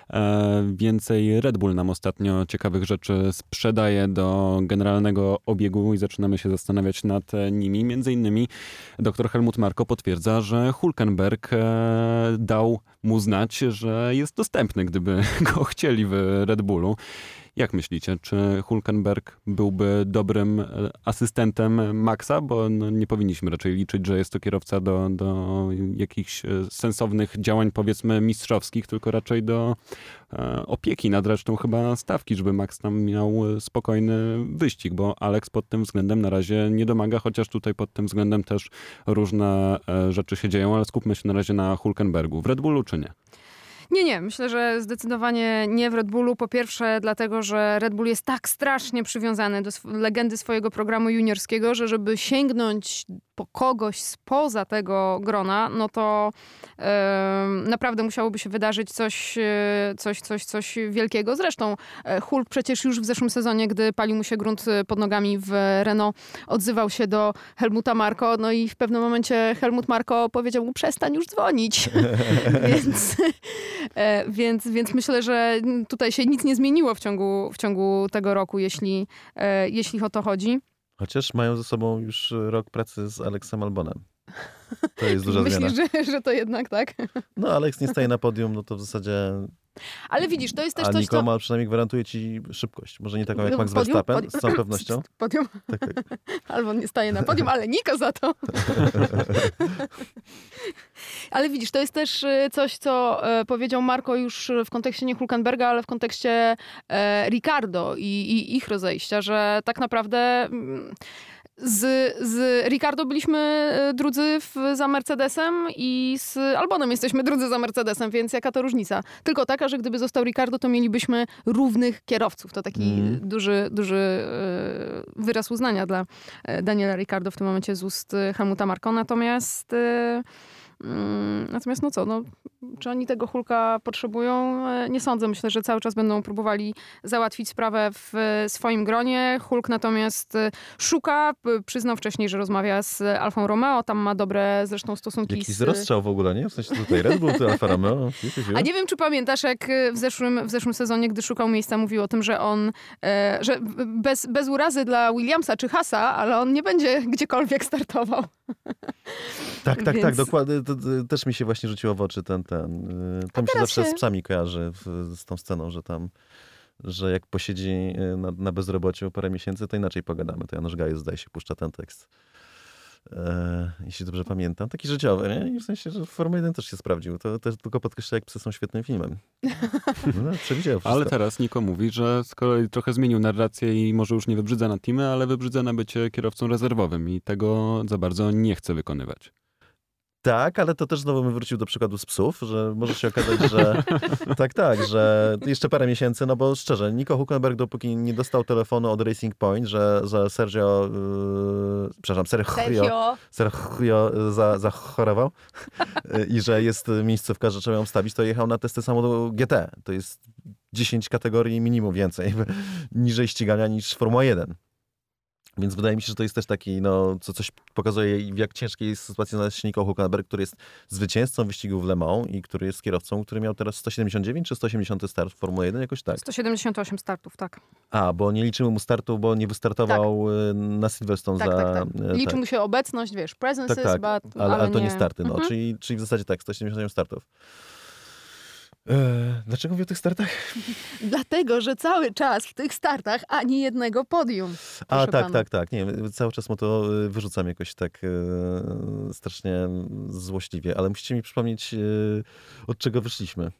[SPEAKER 1] e, więcej Red Bull nam ostatnio ciekawych rzeczy sprzedaje do generalnego obiegu i zaczynamy się zastanawiać nad nimi. Między innymi dr Helmut Marko potwierdza, że Hülkenberg e, dał mu znać, że jest dostępny, gdyby go chcieli w Red Bullu. Jak myślicie, czy Hülkenberg byłby dobrym asystentem Maxa? Bo no nie powinniśmy raczej liczyć, że jest to kierowca do, do jakichś sensownych działań, powiedzmy, mistrzowskich, tylko raczej do e, opieki nad resztą chyba stawki, żeby Max tam miał spokojny wyścig, bo Alex pod tym względem na razie nie domaga, chociaż tutaj pod tym względem też różne e, rzeczy się dzieją, ale skupmy się na razie na Hülkenbergu. W Red Bullu czy nie?
[SPEAKER 3] Nie, nie. Myślę, że zdecydowanie nie w Red Bullu. Po pierwsze dlatego, że Red Bull jest tak strasznie przywiązany do sw- legendy swojego programu juniorskiego, że żeby sięgnąć po kogoś spoza tego grona, no to e, naprawdę musiałoby się wydarzyć coś, e, coś, coś, coś wielkiego. Zresztą e, Hulk przecież już w zeszłym sezonie, gdy palił mu się grunt pod nogami w Renault, odzywał się do Helmuta Marko, no i w pewnym momencie Helmut Marko powiedział mu: przestań już dzwonić. Więc... E, więc, więc myślę, że tutaj się nic nie zmieniło w ciągu, w ciągu tego roku, jeśli, e, jeśli o to chodzi.
[SPEAKER 2] Chociaż mają ze sobą już rok pracy z Alexem Albonem. To jest duża
[SPEAKER 3] Myślisz,
[SPEAKER 2] zmiana.
[SPEAKER 3] że, że to jednak tak?
[SPEAKER 2] No, Alex nie staje na podium, no to w zasadzie...
[SPEAKER 3] Ale widzisz, to jest też
[SPEAKER 2] A
[SPEAKER 3] coś,
[SPEAKER 2] Nico
[SPEAKER 3] co...
[SPEAKER 2] ma przynajmniej gwarantuje ci szybkość. Może nie taką jak Max
[SPEAKER 3] Podium?
[SPEAKER 2] Verstappen,
[SPEAKER 3] Podium.
[SPEAKER 2] z całą pewnością.
[SPEAKER 3] Podium.
[SPEAKER 2] Tak, tak.
[SPEAKER 3] Albo nie staje na podium, ale Nico za to. Ale widzisz, to jest też coś, co powiedział Marko już w kontekście nie Hülkenberga, ale w kontekście e, Ricardo i, i ich rozejścia, że tak naprawdę... Mm, Z, z Ricardo byliśmy drudzy w, za Mercedesem i z Albonem jesteśmy drudzy za Mercedesem, więc jaka to różnica? Tylko taka, że gdyby został Ricardo, to mielibyśmy równych kierowców. To taki mm. duży, duży wyraz uznania dla Daniela Ricciardo w tym momencie z ust Helmuta Marko. Natomiast Natomiast no co, no, czy oni tego Hulka potrzebują? Nie sądzę. Myślę, że cały czas będą próbowali załatwić sprawę w swoim gronie. Hulk natomiast szuka. Przyznał wcześniej, że rozmawia z Alfą Romeo. Tam ma dobre zresztą stosunki
[SPEAKER 2] Jakiś
[SPEAKER 3] z...
[SPEAKER 2] rozstrzał w ogóle, nie? W sensie tutaj Red Bull, to Alfa Romeo.
[SPEAKER 3] A nie wiem, czy pamiętasz, jak w zeszłym, w zeszłym sezonie, gdy szukał miejsca, mówił o tym, że on, e, że bez, bez urazy dla Williamsa czy Haasa, ale on nie będzie gdziekolwiek startował.
[SPEAKER 2] Tak, tak,
[SPEAKER 3] Więc...
[SPEAKER 2] tak, dokładnie. To, to, też mi się właśnie rzuciło w oczy ten, ten. To mi się zawsze się... z psami kojarzy w, z tą sceną, że tam, że jak posiedzi na, na bezrobociu parę miesięcy, to inaczej pogadamy. To Janusz Gajus, zdaje się, puszcza ten tekst. E, jeśli dobrze pamiętam. Taki życiowy, nie? I w sensie, że Formuła jeden też się sprawdził. To też tylko podkreśla, jak psy są świetnym filmem. No, przewidział wszystko.
[SPEAKER 1] Ale teraz Niko mówi, że z kolei trochę zmienił narrację i może już nie wybrzydza na teamy, ale wybrzydza na bycie kierowcą rezerwowym i tego za bardzo nie chce wykonywać.
[SPEAKER 2] Tak, ale to też znowu bym wrócił do przykładu z psów, że może się okazać, że tak, tak, że jeszcze parę miesięcy, no bo szczerze, Nico Hülkenberg, dopóki nie dostał telefonu od Racing Point, że, że Sergio, yy, przepraszam, Sergio, Sergio za, zachorował i że jest miejscówka, że trzeba ją stawić, to jechał na testy samochodu G T. To jest dziesięć kategorii minimum więcej, niżej ścigania niż Formuła jeden. Więc wydaje mi się, że to jest też taki, no, co coś pokazuje, w jak ciężkiej sytuacji znalazł się Nico Hülkenberg, który jest zwycięzcą wyścigu w Le Mans i który jest kierowcą, który miał teraz sto siedemdziesiąt dziewięć czy sto osiemdziesiąt start w Formule jeden, jakoś tak.
[SPEAKER 3] sto siedemdziesiąt osiem startów, tak.
[SPEAKER 2] A, bo nie liczymy mu startu, bo nie wystartował tak. na Silverstone
[SPEAKER 3] tak,
[SPEAKER 2] za...
[SPEAKER 3] Tak, tak. Liczy
[SPEAKER 2] tak.
[SPEAKER 3] mu się obecność, wiesz, presences,
[SPEAKER 2] tak, tak.
[SPEAKER 3] But,
[SPEAKER 2] ale, ale to nie,
[SPEAKER 3] nie
[SPEAKER 2] starty, no.
[SPEAKER 3] Mhm.
[SPEAKER 2] Czyli, czyli w zasadzie tak, sto siedemdziesiąt osiem startów. Eee, dlaczego mówię o tych startach?
[SPEAKER 3] Dlatego, że cały czas w tych startach ani jednego podium.
[SPEAKER 2] A, tak,
[SPEAKER 3] pana.
[SPEAKER 2] tak, tak. Nie, cały czas mu to wyrzucam jakoś tak e, strasznie złośliwie, ale musicie mi przypomnieć, e, od czego wyszliśmy.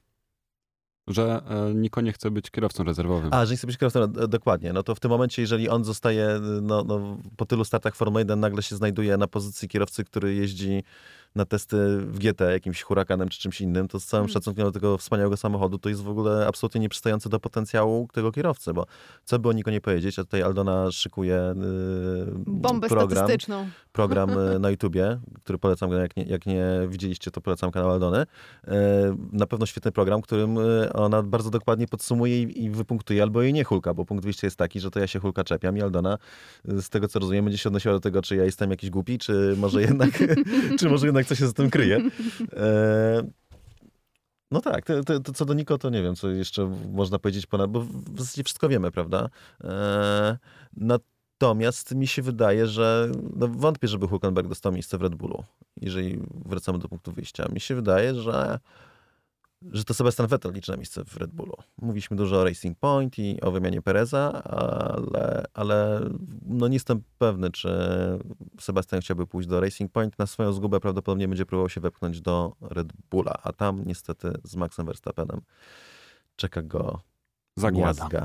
[SPEAKER 1] Że e, Niko nie chce być kierowcą rezerwowym.
[SPEAKER 2] A, że nie chce być kierowcą, e, dokładnie. No to w tym momencie, jeżeli on zostaje no, no, po tylu startach Formuły jeden, nagle się znajduje na pozycji kierowcy, który jeździ na testy w G T, jakimś hurakanem czy czymś innym, to z całym hmm. szacunkiem do tego wspaniałego samochodu, to jest w ogóle absolutnie nieprzystające do potencjału tego kierowcy, bo co by o Niko nie powiedzieć, a tutaj Aldona szykuje yy,
[SPEAKER 3] bombę
[SPEAKER 2] program,
[SPEAKER 3] statystyczną.
[SPEAKER 2] program na YouTubie, który polecam, jak nie, jak nie widzieliście, to polecam kanał Aldony. Yy, na pewno świetny program, którym ona bardzo dokładnie podsumuje i, i wypunktuje, albo jej nie Hulka, bo punkt wyjścia jest taki, że to ja się Hulka czepiam i Aldona, z tego co rozumiem, będzie się odnosiła do tego, czy ja jestem jakiś głupi, czy może jednak, czy może jednak co się za tym kryje. E, no tak, to, to, to co do Niko, to nie wiem, co jeszcze można powiedzieć ponad, bo w zasadzie wszystko wiemy, prawda? E, natomiast mi się wydaje, że no wątpię, żeby Hülkenberg dostał miejsce w Red Bullu, jeżeli wracamy do punktu wyjścia. Mi się wydaje, że że to Sebastian Vettel liczy na miejsce w Red Bullu. Mówiliśmy dużo o Racing Point i o wymianie Pereza, ale, ale no nie jestem pewny, czy Sebastian chciałby pójść do Racing Point. Na swoją zgubę prawdopodobnie będzie próbował się wepchnąć do Red Bulla, a tam niestety z Maxem Verstappenem czeka go
[SPEAKER 1] zagłada.
[SPEAKER 2] miazga.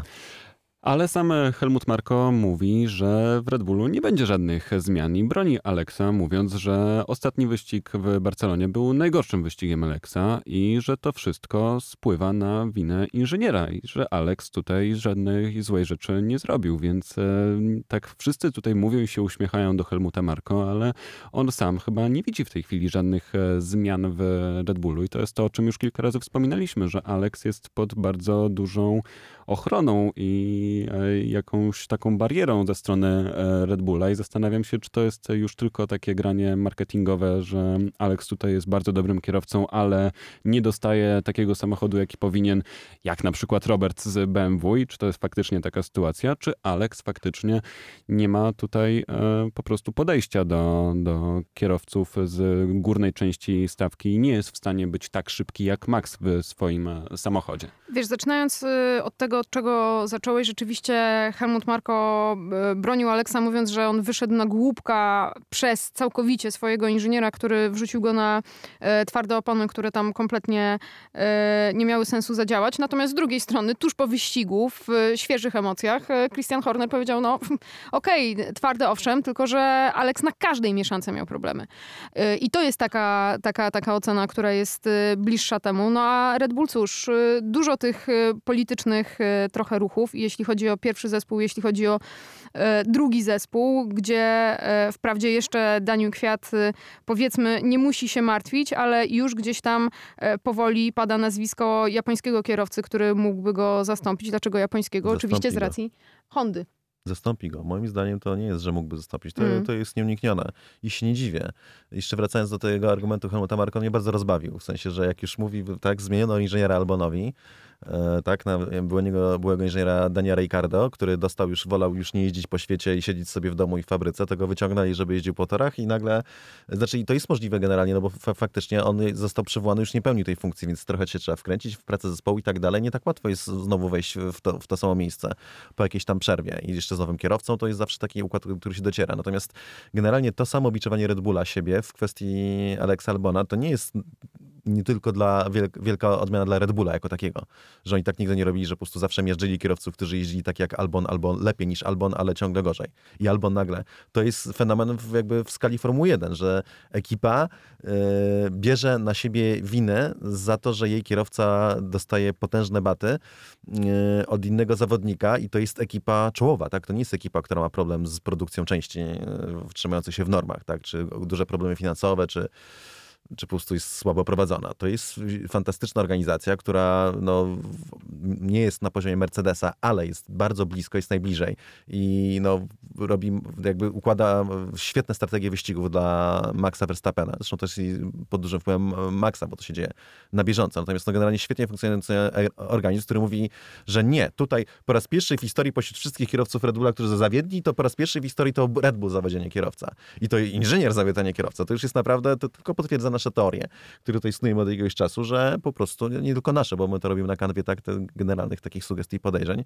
[SPEAKER 1] Ale sam Helmut Marko mówi, że w Red Bullu nie będzie żadnych zmian i broni Alexa, mówiąc, że ostatni wyścig w Barcelonie był najgorszym wyścigiem Alexa i że to wszystko spływa na winę inżyniera i że Alex tutaj żadnej złej rzeczy nie zrobił, więc e, tak wszyscy tutaj mówią i się uśmiechają do Helmuta Marko, ale on sam chyba nie widzi w tej chwili żadnych e, zmian w Red Bullu i to jest to, o czym już kilka razy wspominaliśmy, że Alex jest pod bardzo dużą ochroną i jakąś taką barierą ze strony Red Bulla i zastanawiam się, czy to jest już tylko takie granie marketingowe, że Alex tutaj jest bardzo dobrym kierowcą, ale nie dostaje takiego samochodu, jaki powinien, jak na przykład Robert z B M W i czy to jest faktycznie taka sytuacja, czy Alex faktycznie nie ma tutaj e, po prostu podejścia do, do kierowców z górnej części stawki i nie jest w stanie być tak szybki jak Max w swoim samochodzie.
[SPEAKER 3] Wiesz, zaczynając od tego, od czego zacząłeś, rzeczywiście Helmut Marko bronił Alexa, mówiąc, że on wyszedł na głupka przez całkowicie swojego inżyniera, który wrzucił go na e, twarde opony, które tam kompletnie e, nie miały sensu zadziałać. Natomiast z drugiej strony, tuż po wyścigu, w e, świeżych emocjach, e, Christian Horner powiedział, no okej, okay, twarde owszem, tylko że Alex na każdej mieszance miał problemy. E, I to jest taka, taka, taka ocena, która jest e, bliższa temu. No a Red Bull, cóż, e, dużo tych e, politycznych e, trochę ruchów, jeśli chodzi o pierwszy zespół, jeśli chodzi o e, drugi zespół, gdzie e, wprawdzie jeszcze Daniel Kwiat e, powiedzmy nie musi się martwić, ale już gdzieś tam e, powoli pada nazwisko japońskiego kierowcy, który mógłby go zastąpić. Dlaczego japońskiego?
[SPEAKER 2] Zastąpi
[SPEAKER 3] Oczywiście z
[SPEAKER 2] go.
[SPEAKER 3] racji Hondy.
[SPEAKER 2] Zastąpi go. Moim zdaniem to nie jest, że mógłby zastąpić. To,
[SPEAKER 3] Mm.
[SPEAKER 2] to jest nieuniknione. I się nie dziwię. Jeszcze wracając do tego argumentu Helmuta Marko, mnie bardzo rozbawił. W sensie, że jak już mówi, tak, zmieniono inżyniera Albonowi, e, tak, na byłego, byłego inżyniera Dania Ricciardo, który dostał już, wolał już nie jeździć po świecie i siedzieć sobie w domu i w fabryce, to go wyciągnęli, żeby jeździł po torach i nagle, znaczy i to jest możliwe generalnie, no bo fa- faktycznie on został przywołany, już nie pełnił tej funkcji, więc trochę się trzeba wkręcić w pracę zespołu i tak dalej. Nie tak łatwo jest znowu wejść w to, w to samo miejsce po jakiejś tam przerwie i jeszcze z nowym kierowcą, to jest zawsze taki układ, który się dociera. Natomiast generalnie to samo biczowanie Red Bulla siebie w kwestii Alexa Albona to nie jest nie tylko dla wielka, wielka odmiana dla Red Bulla jako takiego, że oni tak nigdy nie robili, że po prostu zawsze mierzyli kierowców, którzy jeździli tak jak Albon, albo lepiej niż Albon, ale ciągle gorzej. I Albon nagle. To jest fenomen w, jakby w skali Formuły jeden, że ekipa y, bierze na siebie winę za to, że jej kierowca dostaje potężne baty y, od innego zawodnika i to jest ekipa czołowa, tak? To nie jest ekipa, która ma problem z produkcją części y, trzymających się w normach, tak? Czy duże problemy finansowe, czy czy po prostu jest słabo prowadzona. To jest fantastyczna organizacja, która no, nie jest na poziomie Mercedesa, ale jest bardzo blisko, jest najbliżej i no, robi, jakby układa świetne strategie wyścigów dla Maxa Verstappena. Zresztą też i pod dużym wpływem Maxa, bo to się dzieje na bieżąco. Natomiast no, generalnie świetnie funkcjonujący organizm, który mówi, że nie, tutaj po raz pierwszy w historii pośród wszystkich kierowców Red Bulla, którzy zawiedli, to po raz pierwszy w historii to Red Bull zawodzienie kierowca. I to inżynier zawiedzenie kierowca. To już jest naprawdę, to tylko potwierdza nasze teorie, które tutaj snujemy od jakiegoś czasu, że po prostu, nie tylko nasze, bo my to robimy na kanwie tak, generalnych takich sugestii i podejrzeń,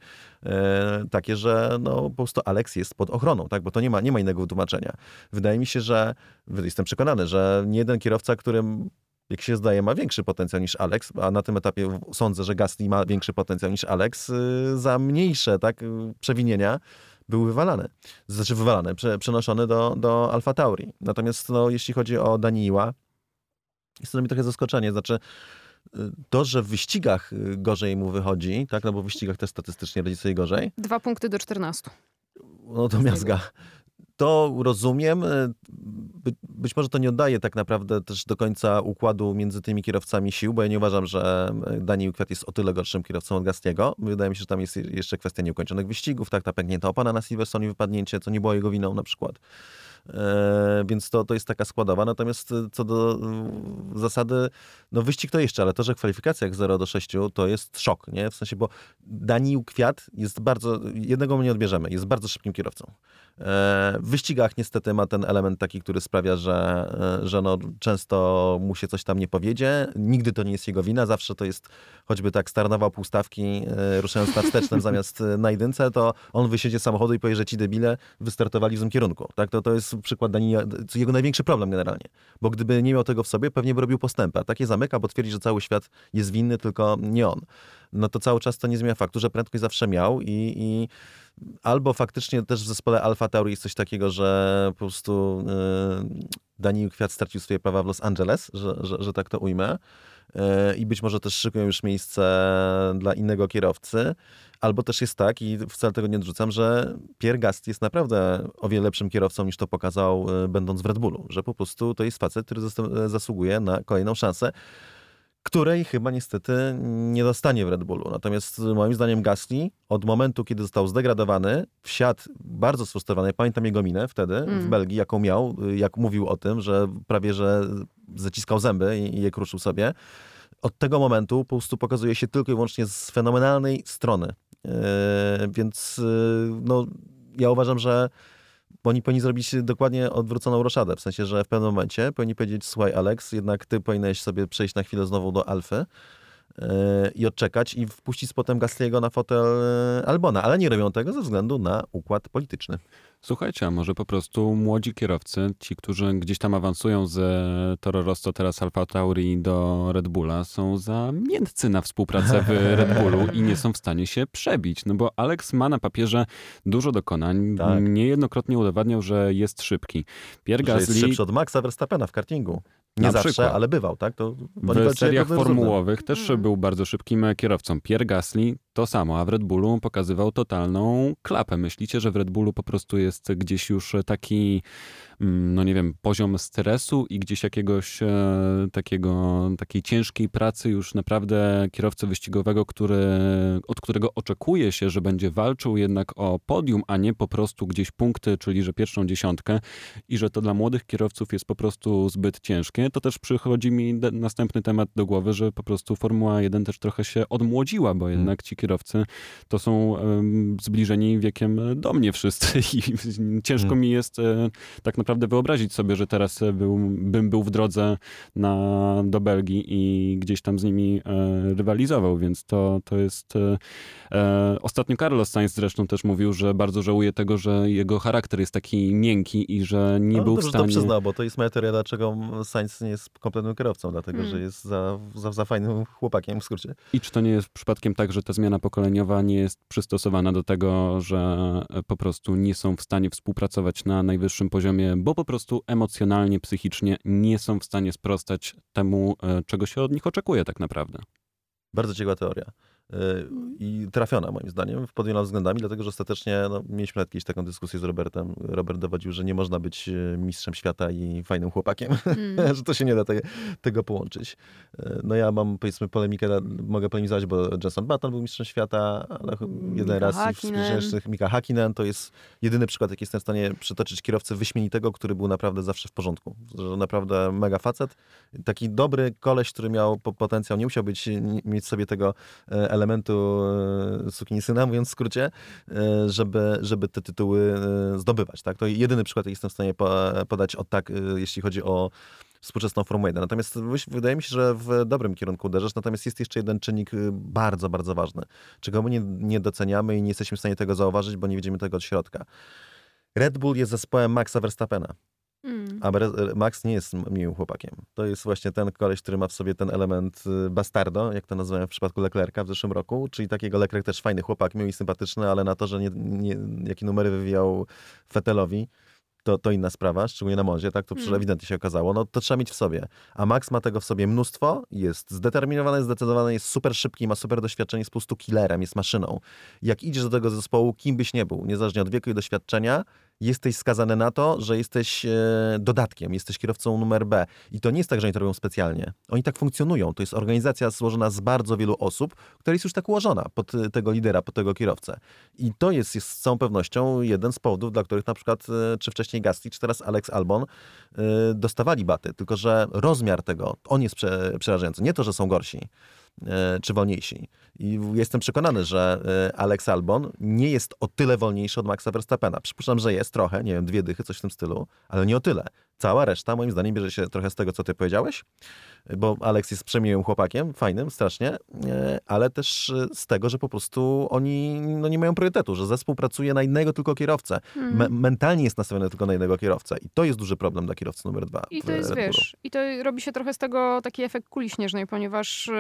[SPEAKER 2] e, takie, że no, po prostu Alex jest pod ochroną, tak, bo to nie ma, nie ma innego wytłumaczenia. Wydaje mi się, że, jestem przekonany, że nie jeden kierowca, którym jak się zdaje, ma większy potencjał niż Alex, a na tym etapie sądzę, że Gasly ma większy potencjał niż Alex, y, za mniejsze tak, przewinienia był wywalany. Znaczy wywalany, prze, przenoszony do, do Alfa Tauri. Natomiast no, jeśli chodzi o Daniila, jest to dla mnie trochę zaskoczenie. Znaczy, to, że w wyścigach gorzej mu wychodzi, tak, no bo w wyścigach też statystycznie radzi sobie gorzej.
[SPEAKER 3] Dwa punkty do czternastu.
[SPEAKER 2] No to miazga. To rozumiem. By, być może to nie oddaje tak naprawdę też do końca układu między tymi kierowcami sił, bo ja nie uważam, że Daniel Kwiat jest o tyle gorszym kierowcą od Gastiego. Wydaje mi się, że tam jest jeszcze kwestia nieukończonych wyścigów, tak, ta pęknięta opona na Silverstone, wypadnięcie, co nie było jego winą na przykład. E, więc to, to jest taka składowa. Natomiast co do e, zasady, no wyścig to jeszcze, ale to, że w kwalifikacjach zero do sześciu to jest szok, nie? W sensie, bo Daniil Kwiat jest bardzo, jednego mu nie odbierzemy, jest bardzo szybkim kierowcą. E, w wyścigach niestety ma ten element taki, który sprawia, że, że no, często mu się coś tam nie powiedzie. Nigdy to nie jest jego wina, zawsze to jest, choćby tak starnował półstawki, e, ruszając na wstecznym zamiast na jedynce, to on wysiedzi z samochodu i powie, że ci debile wystartowali w złym kierunku. Tak? To, to jest przykład Daniela, to jego największy problem generalnie. Bo gdyby nie miał tego w sobie, pewnie by robił postępy. A takie zamyka, bo twierdzi, że cały świat jest winny, tylko nie on. No to cały czas to nie zmienia faktu, że prędkość zawsze miał i, i albo faktycznie też w zespole Alfa Tauri jest coś takiego, że po prostu yy, Daniil Kwiat stracił swoje prawa w Los Angeles, że, że, że tak to ujmę. I być może też szykują już miejsce dla innego kierowcy. Albo też jest tak, i wcale tego nie odrzucam, że Pierre Gasly jest naprawdę o wiele lepszym kierowcą niż to pokazał będąc w Red Bullu. Że po prostu to jest facet, który zasługuje na kolejną szansę, której chyba niestety nie dostanie w Red Bullu. Natomiast moim zdaniem Gasly od momentu, kiedy został zdegradowany, wsiadł bardzo sfrustrowany. Pamiętam jego minę wtedy mm. w Belgii, jaką miał, jak mówił o tym, że prawie że zaciskał zęby i je kruszył sobie. Od tego momentu po prostu pokazuje się tylko i wyłącznie z fenomenalnej strony. Yy, więc yy, no, ja uważam, że oni powinni zrobić dokładnie odwróconą roszadę. W sensie, że w pewnym momencie powinni powiedzieć: słuchaj Alex, jednak ty powinieneś sobie przejść na chwilę znowu do Alfy yy, i odczekać i wpuścić potem Gasly'ego na fotel Albona. Ale nie robią tego ze względu na układ polityczny.
[SPEAKER 1] Słuchajcie, a może po prostu młodzi kierowcy, ci, którzy gdzieś tam awansują z Toro Rosso, teraz Alfa Tauri do Red Bulla, są za miętcy na współpracę w Red Bullu i nie są w stanie się przebić. No bo Alex ma na papierze dużo dokonań. Tak. Niejednokrotnie udowadniał, że jest szybki. Pierre Gasly...
[SPEAKER 2] Że jest szybszy od Maxa Verstappena w kartingu. Nie
[SPEAKER 1] na
[SPEAKER 2] zawsze,
[SPEAKER 1] przykład.
[SPEAKER 2] ale bywał, tak? To
[SPEAKER 1] w seriach formułowych też był bardzo szybkim kierowcą. Pierre Gasly to samo, a w Red Bullu pokazywał totalną klapę. Myślicie, że w Red Bullu po prostu jest gdzieś już taki, no nie wiem, poziom stresu i gdzieś jakiegoś e, takiego, takiej ciężkiej pracy już naprawdę kierowcy wyścigowego, który, od którego oczekuje się, że będzie walczył jednak o podium, a nie po prostu gdzieś punkty, czyli że pierwszą dziesiątkę i że to dla młodych kierowców jest po prostu zbyt ciężkie. To też przychodzi mi de- następny temat do głowy, że po prostu Formuła jeden też trochę się odmłodziła, bo jednak ci kierowcy to są um, zbliżeni wiekiem do mnie wszyscy i ciężko hmm. mi jest e, tak naprawdę wyobrazić sobie, że teraz był, bym był w drodze na, do Belgii i gdzieś tam z nimi e, rywalizował, więc to, to jest... E, e, ostatnio Carlos Sainz zresztą też mówił, że bardzo żałuje tego, że jego charakter jest taki miękki i że nie
[SPEAKER 2] no,
[SPEAKER 1] był
[SPEAKER 2] to,
[SPEAKER 1] w stanie...
[SPEAKER 2] To przyznał, bo to jest moja teoria, dlaczego Sainz nie jest kompletnym kierowcą, dlatego, hmm. że jest za, za, za fajnym chłopakiem w skrócie.
[SPEAKER 1] I czy to nie jest przypadkiem tak, że ta zmiana pokoleniowa nie jest przystosowana do tego, że po prostu nie są w stanie współpracować na najwyższym poziomie, bo po prostu emocjonalnie, psychicznie nie są w stanie sprostać temu, czego się od nich oczekuje tak naprawdę.
[SPEAKER 2] Bardzo ciekawa teoria. I trafiona moim zdaniem pod wieloma względami, dlatego że ostatecznie no, mieliśmy jakieś taką dyskusję z Robertem. Robert dowodził, że nie można być mistrzem świata i fajnym chłopakiem, mm. że to się nie da te, tego połączyć. No ja mam powiedzmy polemikę, mogę polemizować, bo Jenson Button był mistrzem świata, ale jeden Mika raz
[SPEAKER 3] Hakkinen.
[SPEAKER 2] w Mika Hakkinen to jest jedyny przykład, jaki jestem w stanie przytoczyć kierowcę wyśmienitego, który był naprawdę zawsze w porządku. Że naprawdę mega facet. Taki dobry koleś, który miał potencjał, nie musiał być, mieć sobie tego elementu sukinsyna, mówiąc w skrócie, żeby, żeby te tytuły zdobywać. Tak? To jedyny przykład, jaki jestem w stanie podać od tak, jeśli chodzi o współczesną Formułę jeden. Natomiast wydaje mi się, że w dobrym kierunku uderzasz. Natomiast jest jeszcze jeden czynnik bardzo, bardzo ważny, czego my nie, nie doceniamy i nie jesteśmy w stanie tego zauważyć, bo nie widzimy tego od środka. Red Bull jest zespołem Maxa Verstappena. Mm. A Max nie jest miłym chłopakiem. To jest właśnie ten koleś, który ma w sobie ten element bastardo, jak to nazywałem w przypadku Leclerca w zeszłym roku, czyli takiego Leclerc też fajny chłopak, miły i sympatyczny, ale na to, że nie, nie, jakie numery wywijał Vettelowi, to, to inna sprawa, szczególnie na Monzie, tak, to przecież mm. ewidentnie się okazało, no to trzeba mieć w sobie. A Max ma tego w sobie mnóstwo, jest zdeterminowany, zdecydowany, jest super szybki, ma super doświadczenie, jest po prostu killerem, jest maszyną. Jak idziesz do tego zespołu, kim byś nie był, niezależnie od wieku i doświadczenia, jesteś skazany na to, że jesteś e, dodatkiem, jesteś kierowcą numer B. I to nie jest tak, że oni to robią specjalnie. Oni tak funkcjonują. To jest organizacja złożona z bardzo wielu osób, która jest już tak ułożona pod tego lidera, pod tego kierowcę. I to jest, jest z całą pewnością jeden z powodów, dla których na przykład e, czy wcześniej Gasly, czy teraz Alex Albon e, dostawali baty. Tylko że rozmiar tego, on jest prze, przerażający. Nie to, że są gorsi czy wolniejsi. I jestem przekonany, że Alex Albon nie jest o tyle wolniejszy od Maxa Verstappena. Przypuszczam, że jest trochę, nie wiem, dwie dychy, coś w tym stylu, ale nie o tyle. Cała reszta, moim zdaniem, bierze się trochę z tego, co ty powiedziałeś, bo Alex jest przemiłym chłopakiem, fajnym, strasznie, ale też z tego, że po prostu oni no, nie mają priorytetu, że zespół pracuje na jednego tylko kierowcę.
[SPEAKER 3] Hmm.
[SPEAKER 2] Me- mentalnie jest nastawiony tylko na jednego kierowcę i to jest duży problem dla kierowcy numer dwa.
[SPEAKER 3] I to jest, wiesz, i to robi się trochę z tego taki efekt kuli śnieżnej, ponieważ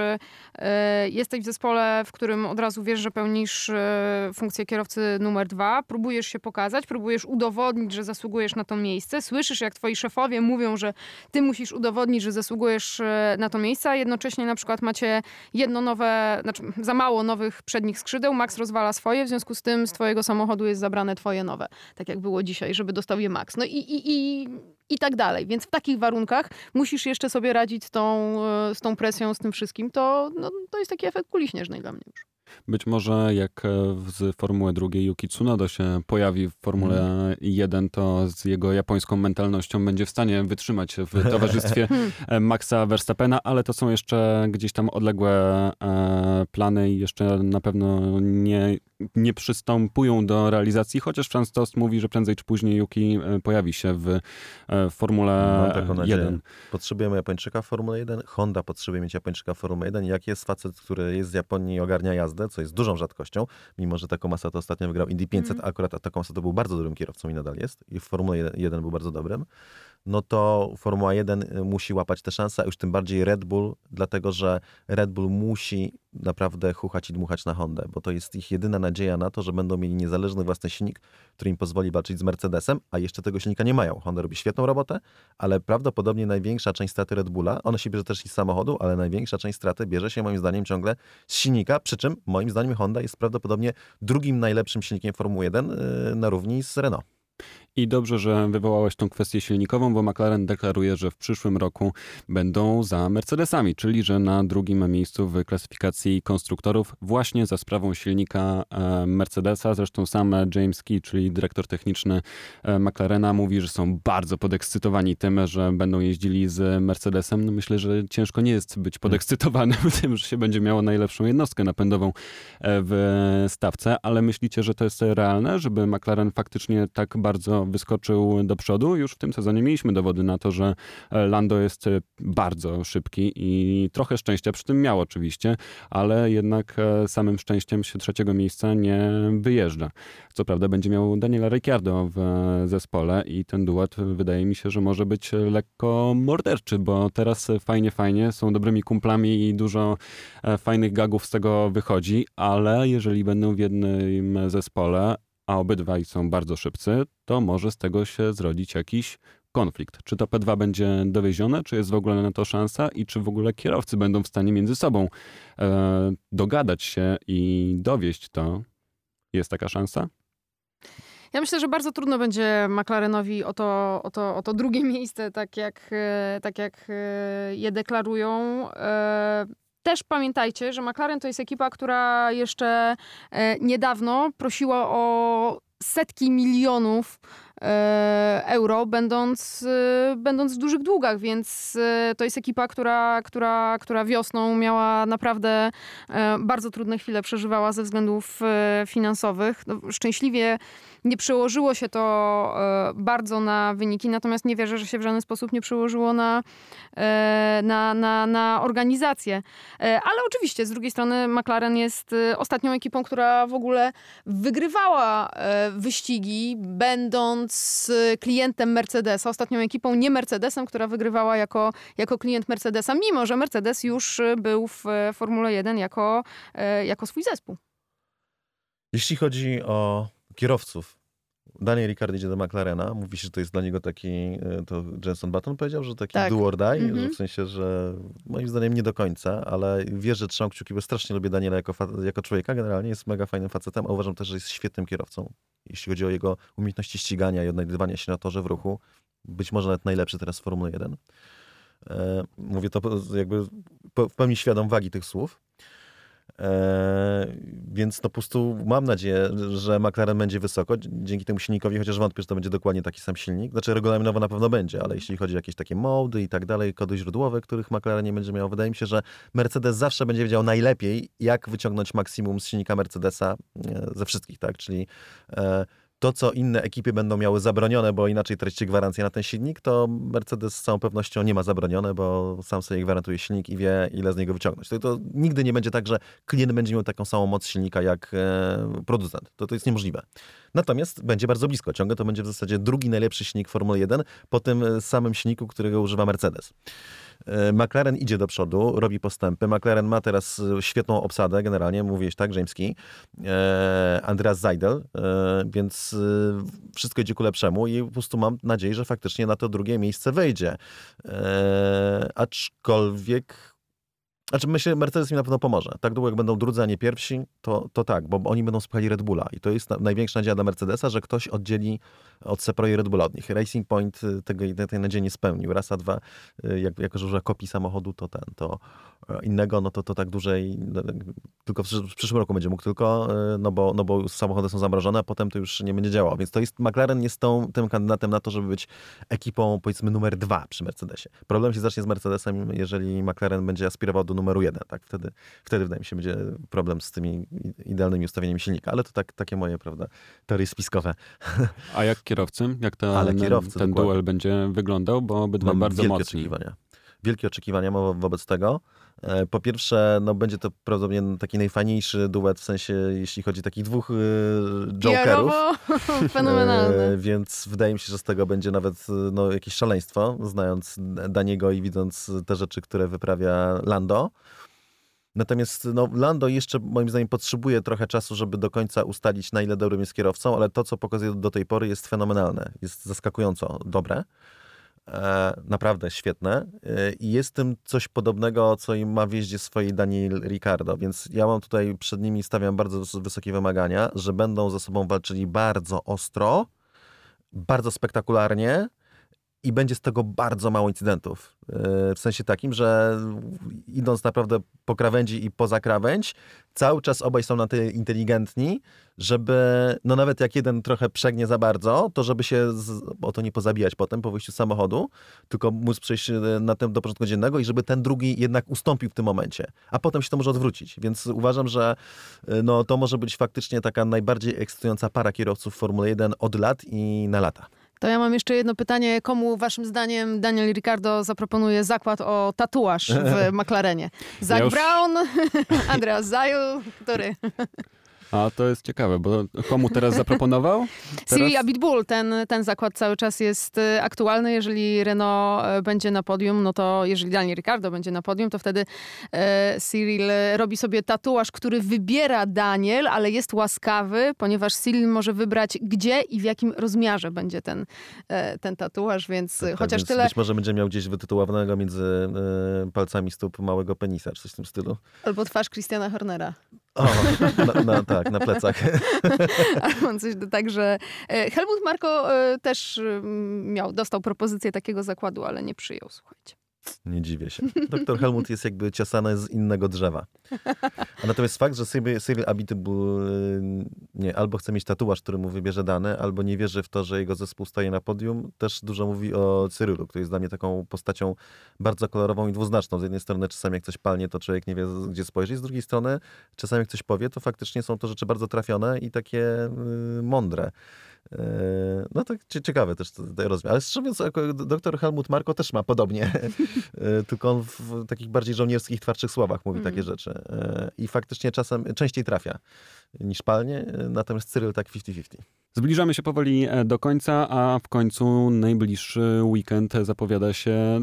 [SPEAKER 3] y, jesteś w zespole, w którym od razu wiesz, że pełnisz y, funkcję kierowcy numer dwa, próbujesz się pokazać, próbujesz udowodnić, że zasługujesz na to miejsce, słyszysz, jak twoi szefowie mówią, że ty musisz udowodnić, że zasługujesz na to miejsce, a jednocześnie na przykład macie jedno nowe, znaczy za mało nowych przednich skrzydeł, Max rozwala swoje, w związku z tym z twojego samochodu jest zabrane twoje nowe. Tak jak było dzisiaj, żeby dostał je Max. No i, i, i, i tak dalej. Więc w takich warunkach musisz jeszcze sobie radzić z tą, z tą presją, z tym wszystkim. To, no, to jest taki efekt kuli śnieżnej dla mnie już.
[SPEAKER 1] Być może jak z Formuły drugiej Yuki Tsunoda się pojawi w Formule mm. jeden, to z jego japońską mentalnością będzie w stanie wytrzymać w towarzystwie Maxa Verstappena, ale to są jeszcze gdzieś tam odległe e, plany i jeszcze na pewno nie, nie przystępują do realizacji, chociaż Franz Tost mówi, że prędzej czy później Yuki pojawi się w e, Formule jeden.
[SPEAKER 2] Potrzebujemy Japończyka w Formule jeden, Honda potrzebuje mieć Japończyka w Formule jeden. Jak jest facet, który jest z Japonii i ogarnia jazdę, co jest dużą rzadkością, mimo że Takuma Sato ostatnio wygrał Indy pięćset, mm. akurat Takuma Sato był bardzo dobrym kierowcą i nadal jest, i w Formule jeden był bardzo dobrym, no to Formuła jeden musi łapać te szanse, a już tym bardziej Red Bull, dlatego że Red Bull musi naprawdę chuchać i dmuchać na Hondę, bo to jest ich jedyna nadzieja na to, że będą mieli niezależny własny silnik, który im pozwoli walczyć z Mercedesem, a jeszcze tego silnika nie mają. Honda robi świetną robotę, ale prawdopodobnie największa część straty Red Bulla, ona się bierze też i z samochodu, ale największa część straty bierze się moim zdaniem ciągle z silnika, przy czym moim zdaniem Honda jest prawdopodobnie drugim najlepszym silnikiem Formuły jeden na równi z Renault.
[SPEAKER 1] I dobrze, że wywołałeś tą kwestię silnikową, bo McLaren deklaruje, że w przyszłym roku będą za Mercedesami, czyli że na drugim miejscu w klasyfikacji konstruktorów właśnie za sprawą silnika Mercedesa. Zresztą sam James Key, czyli dyrektor techniczny McLarena, mówi, że są bardzo podekscytowani tym, że będą jeździli z Mercedesem. No myślę, że ciężko nie jest być podekscytowanym tym, że się będzie miało najlepszą jednostkę napędową w stawce, ale myślicie, że to jest realne, żeby McLaren faktycznie tak bardzo wyskoczył do przodu? Już w tym sezonie mieliśmy dowody na to, że Lando jest bardzo szybki i trochę szczęścia przy tym miał oczywiście, ale jednak samym szczęściem się trzeciego miejsca nie wyjeżdża. Co prawda będzie miał Daniela Ricciardo w zespole i ten duet wydaje mi się, że może być lekko morderczy, bo teraz fajnie, fajnie, są dobrymi kumplami i dużo fajnych gagów z tego wychodzi, ale jeżeli będą w jednym zespole, a obydwaj są bardzo szybcy, to może z tego się zrodzić jakiś konflikt. Czy to P dwa będzie dowiezione, czy jest w ogóle na to szansa i czy w ogóle kierowcy będą w stanie między sobą e, dogadać się i dowieść to? Jest taka szansa?
[SPEAKER 3] Ja myślę, że bardzo trudno będzie McLarenowi o to, o to, o to drugie miejsce, tak jak, tak jak je deklarują. Też pamiętajcie, że McLaren to jest ekipa, która jeszcze niedawno prosiła o setki milionów euro, będąc, będąc w dużych długach, więc to jest ekipa, która, która, która wiosną miała naprawdę bardzo trudne chwile, przeżywała ze względów finansowych. No, szczęśliwie nie przełożyło się to bardzo na wyniki, natomiast nie wierzę, że się w żaden sposób nie przełożyło na, na, na, na organizację. Ale oczywiście, z drugiej strony McLaren jest ostatnią ekipą, która w ogóle wygrywała wyścigi, będąc klientem Mercedesa, ostatnią ekipą nie Mercedesem, która wygrywała jako, jako klient Mercedesa, mimo że Mercedes już był w Formule jeden jako, jako swój zespół.
[SPEAKER 2] Jeśli chodzi o kierowców Daniel Ricciardo idzie do McLarena, mówi się, że to jest dla niego taki, to Jenson Button powiedział, że taki
[SPEAKER 3] Tak.
[SPEAKER 2] do or die,
[SPEAKER 3] Mhm.
[SPEAKER 2] że w sensie, że moim zdaniem nie do końca, ale wiesz, że trzymam kciuki, bo strasznie lubię Daniela jako, fa- jako człowieka, generalnie jest mega fajnym facetem, a uważam też, że jest świetnym kierowcą, jeśli chodzi o jego umiejętności ścigania i odnajdywania się na torze w ruchu. Być może nawet najlepszy teraz w Formule jeden. E, mówię to jakby po, w pełni świadom wagi tych słów. E, więc to po prostu mam nadzieję, że McLaren będzie wysoko dzięki temu silnikowi, chociaż wątpię, że to będzie dokładnie taki sam silnik. Znaczy regulaminowo na pewno będzie, ale jeśli chodzi o jakieś takie mody i tak dalej, kody źródłowe, których McLaren nie będzie miał, wydaje mi się, że Mercedes zawsze będzie wiedział najlepiej, jak wyciągnąć maksimum z silnika Mercedesa e, ze wszystkich, tak? Czyli e, to, co inne ekipy będą miały zabronione, bo inaczej tracicie gwarancję na ten silnik, to Mercedes z całą pewnością nie ma zabronione, bo sam sobie gwarantuje silnik i wie, ile z niego wyciągnąć. To, to nigdy nie będzie tak, że klient będzie miał taką samą moc silnika jak e, producent. To, to jest niemożliwe. Natomiast będzie bardzo blisko. Ciągle to będzie w zasadzie drugi najlepszy silnik Formuły jeden po tym samym silniku, którego używa Mercedes. McLaren idzie do przodu, robi postępy. McLaren ma teraz świetną obsadę, generalnie mówiłeś tak, James Key, e, Andreas Seidel, e, więc e, wszystko idzie ku lepszemu i po prostu mam nadzieję, że faktycznie na to drugie miejsce wejdzie. E, aczkolwiek Znaczy myślę, że Mercedes mi na pewno pomoże. Tak długo jak będą drudzy, a nie pierwsi, to, to tak, bo oni będą słuchali Red Bulla. I to jest na, największa nadzieja dla Mercedesa, że ktoś oddzieli, odseparuje Red Bulla od nich. Racing Point tego, tej nadziei nie spełnił. Raz, a dwa, jak, jako że używa kopii samochodu, to ten, to innego, no to, to tak dłużej, no, tylko w, w przyszłym roku będzie mógł tylko, no bo, no bo samochody są zamrożone, a potem to już nie będzie działało. Więc to jest, McLaren jest tą, tym kandydatem na to, żeby być ekipą, powiedzmy, numer dwa przy Mercedesie. Problem się zacznie z Mercedesem, jeżeli McLaren będzie aspirował do numeru jeden, tak? Wtedy, wtedy wydaje mi się, będzie problem z tymi idealnymi ustawieniami silnika, ale to tak, takie moje, prawda, teorie spiskowe.
[SPEAKER 1] A jak kierowcy? Jak ten,
[SPEAKER 2] Ale kierowcy,
[SPEAKER 1] ten
[SPEAKER 2] dokładnie.
[SPEAKER 1] duel będzie wyglądał? Bo obydwa
[SPEAKER 2] Mam
[SPEAKER 1] bardzo
[SPEAKER 2] wielkie
[SPEAKER 1] mocni.
[SPEAKER 2] oczekiwania. Wielkie oczekiwania mam wo- wobec tego. E, Po pierwsze, no będzie to prawdopodobnie taki najfajniejszy duet, w sensie, jeśli chodzi o takich dwóch y, jokerów.
[SPEAKER 3] Fenomenalne.
[SPEAKER 2] E, więc wydaje mi się, że z tego będzie nawet no, jakieś szaleństwo, znając Daniego i widząc te rzeczy, które wyprawia Lando. Natomiast no, Lando jeszcze moim zdaniem potrzebuje trochę czasu, żeby do końca ustalić, na ile dobrym jest kierowcą, ale to, co pokazuje do tej pory, jest fenomenalne. Jest zaskakująco dobre. E, naprawdę świetne. E, I jest tym coś podobnego, co im ma w jeździe swojej Daniel Ricciardo, więc ja mam tutaj przed nimi, stawiam bardzo wys- wysokie wymagania, że będą ze sobą walczyli bardzo ostro, bardzo spektakularnie i będzie z tego bardzo mało incydentów. Yy, W sensie takim, że idąc naprawdę po krawędzi i poza krawędź, cały czas obaj są na tyle inteligentni, żeby, no nawet jak jeden trochę przegnie za bardzo, to żeby się z, o to nie pozabijać potem po wyjściu z samochodu, tylko móc przejść na tym do porządku dziennego i żeby ten drugi jednak ustąpił w tym momencie. A potem się to może odwrócić. Więc uważam, że yy, no, to może być faktycznie taka najbardziej ekscytująca para kierowców Formuły jeden od lat i na lata.
[SPEAKER 3] To ja mam jeszcze jedno pytanie. Komu waszym zdaniem Daniel Ricciardo zaproponuje zakład o tatuaż w McLarenie? Zach
[SPEAKER 1] Ja już-
[SPEAKER 3] Brown, Andreas Seidel, który?
[SPEAKER 1] A to jest ciekawe, bo komu teraz zaproponował?
[SPEAKER 3] Cyril
[SPEAKER 1] Teraz?
[SPEAKER 3] Abitbull, ten, ten zakład cały czas jest y, aktualny. Jeżeli Renault y, będzie na podium, no to jeżeli Daniel Ricciardo będzie na podium, to wtedy y, Cyril y, robi sobie tatuaż, który wybiera Daniel, ale jest łaskawy, ponieważ Cyril może wybrać, gdzie i w jakim rozmiarze będzie ten, y, ten tatuaż, więc
[SPEAKER 2] Tak,
[SPEAKER 3] y, chociaż
[SPEAKER 2] więc
[SPEAKER 3] tyle...
[SPEAKER 2] Być może będzie miał gdzieś wytytułowanego między y, palcami stóp małego penisa, czy coś w tym stylu.
[SPEAKER 3] Albo twarz Christiana Hornera.
[SPEAKER 2] O, na, na, tak, na plecach.
[SPEAKER 3] Albo coś tak, że e, Helmut Marko e, też mm, miał, dostał propozycję takiego zakładu, ale nie przyjął, słuchajcie.
[SPEAKER 2] Nie dziwię się. Doktor Helmut jest jakby ciasany z innego drzewa. A natomiast fakt, że Cyril, Cyril Abitbull nie, albo chce mieć tatuaż, który mu wybierze dane, albo nie wierzy w to, że jego zespół staje na podium, też dużo mówi o Cyrylu, który jest dla mnie taką postacią bardzo kolorową i dwuznaczną. Z jednej strony czasami jak coś palnie, to człowiek nie wie, gdzie spojrzeć. Z drugiej strony czasami jak coś powie, to faktycznie są to rzeczy bardzo trafione i takie y, mądre. No tak ciekawe też ten rozmiar. Ale szczerze mówiąc, doktor Helmut Marko też ma podobnie. Tylko on w takich bardziej żołnierskich, twardszych słowach mówi mm. takie rzeczy. I faktycznie czasem częściej trafia niż palnie. Natomiast Cyril tak pięćdziesiąt pięćdziesiąt.
[SPEAKER 1] Zbliżamy się powoli do końca, a w końcu najbliższy weekend zapowiada się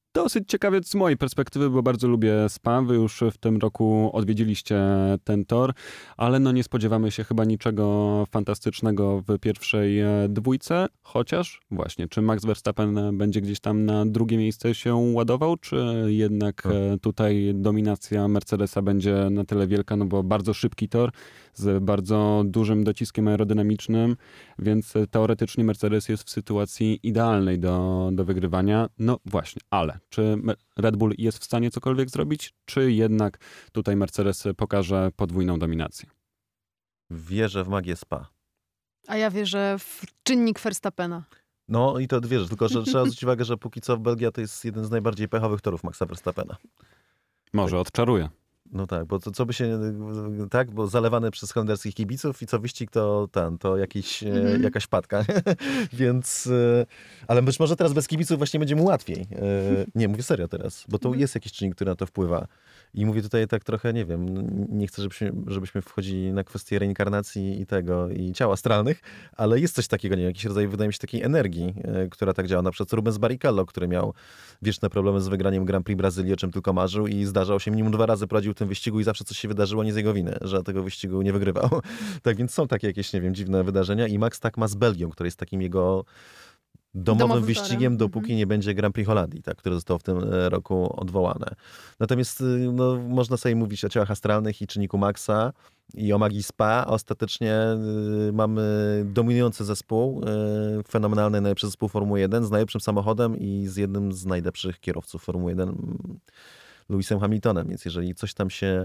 [SPEAKER 1] Dosyć ciekawie z mojej perspektywy, bo bardzo lubię Spa. Wy już w tym roku odwiedziliście ten tor, ale no nie spodziewamy się chyba niczego fantastycznego w pierwszej dwójce, chociaż właśnie, czy Max Verstappen będzie gdzieś tam na drugie miejsce się ładował, czy jednak no. tutaj dominacja Mercedesa będzie na tyle wielka, no bo bardzo szybki tor z bardzo dużym dociskiem aerodynamicznym, więc teoretycznie Mercedes jest w sytuacji idealnej do, do wygrywania. No właśnie, ale czy Red Bull jest w stanie cokolwiek zrobić, czy jednak tutaj Mercedes pokaże podwójną dominację?
[SPEAKER 2] Wierzę w magię Spa.
[SPEAKER 3] A ja wierzę w czynnik Verstappena.
[SPEAKER 2] No i to wierzę, tylko że trzeba zwrócić uwagę, że póki co Belgia to jest jeden z najbardziej pechowych torów Maxa Verstappena.
[SPEAKER 1] Może tak. Odczaruje.
[SPEAKER 2] No tak, bo to, co by się, tak, bo zalewany przez holenderskich kibiców i co wyścig to ten, to jakiś, mm-hmm. jakaś patka, więc, ale być może teraz bez kibiców właśnie będzie mu łatwiej. Nie, mówię serio teraz, bo to mm-hmm. jest jakiś czynnik, który na to wpływa. I mówię tutaj tak trochę, nie wiem, nie chcę, żebyśmy, żebyśmy wchodzili na kwestię reinkarnacji i tego, i ciał astralnych, ale jest coś takiego, nie wiem, jakiś rodzaj, wydaje mi się, takiej energii, która tak działa. Na przykład Rubens Barrichello, który miał wieczne problemy z wygraniem Grand Prix Brazylii, o czym tylko marzył i zdarzało się, minimum dwa razy prowadził w tym wyścigu i zawsze coś się wydarzyło, nie z jego winy, że tego wyścigu nie wygrywał. Tak więc są takie jakieś, nie wiem, dziwne wydarzenia i Max tak ma z Belgią, który jest takim jego domowym
[SPEAKER 3] Domowym
[SPEAKER 2] wyścigiem, dopóki mhm. nie będzie Grand Prix Holandii, tak, które zostało w tym roku odwołane. Natomiast no, można sobie mówić o ciałach astralnych i czynniku Maxa i o magii Spa, a ostatecznie y, mamy dominujący zespół, y, fenomenalny, najlepszy zespół Formuły jeden z najlepszym samochodem i z jednym z najlepszych kierowców Formuły jeden, Lewisem Hamiltonem, więc jeżeli coś tam się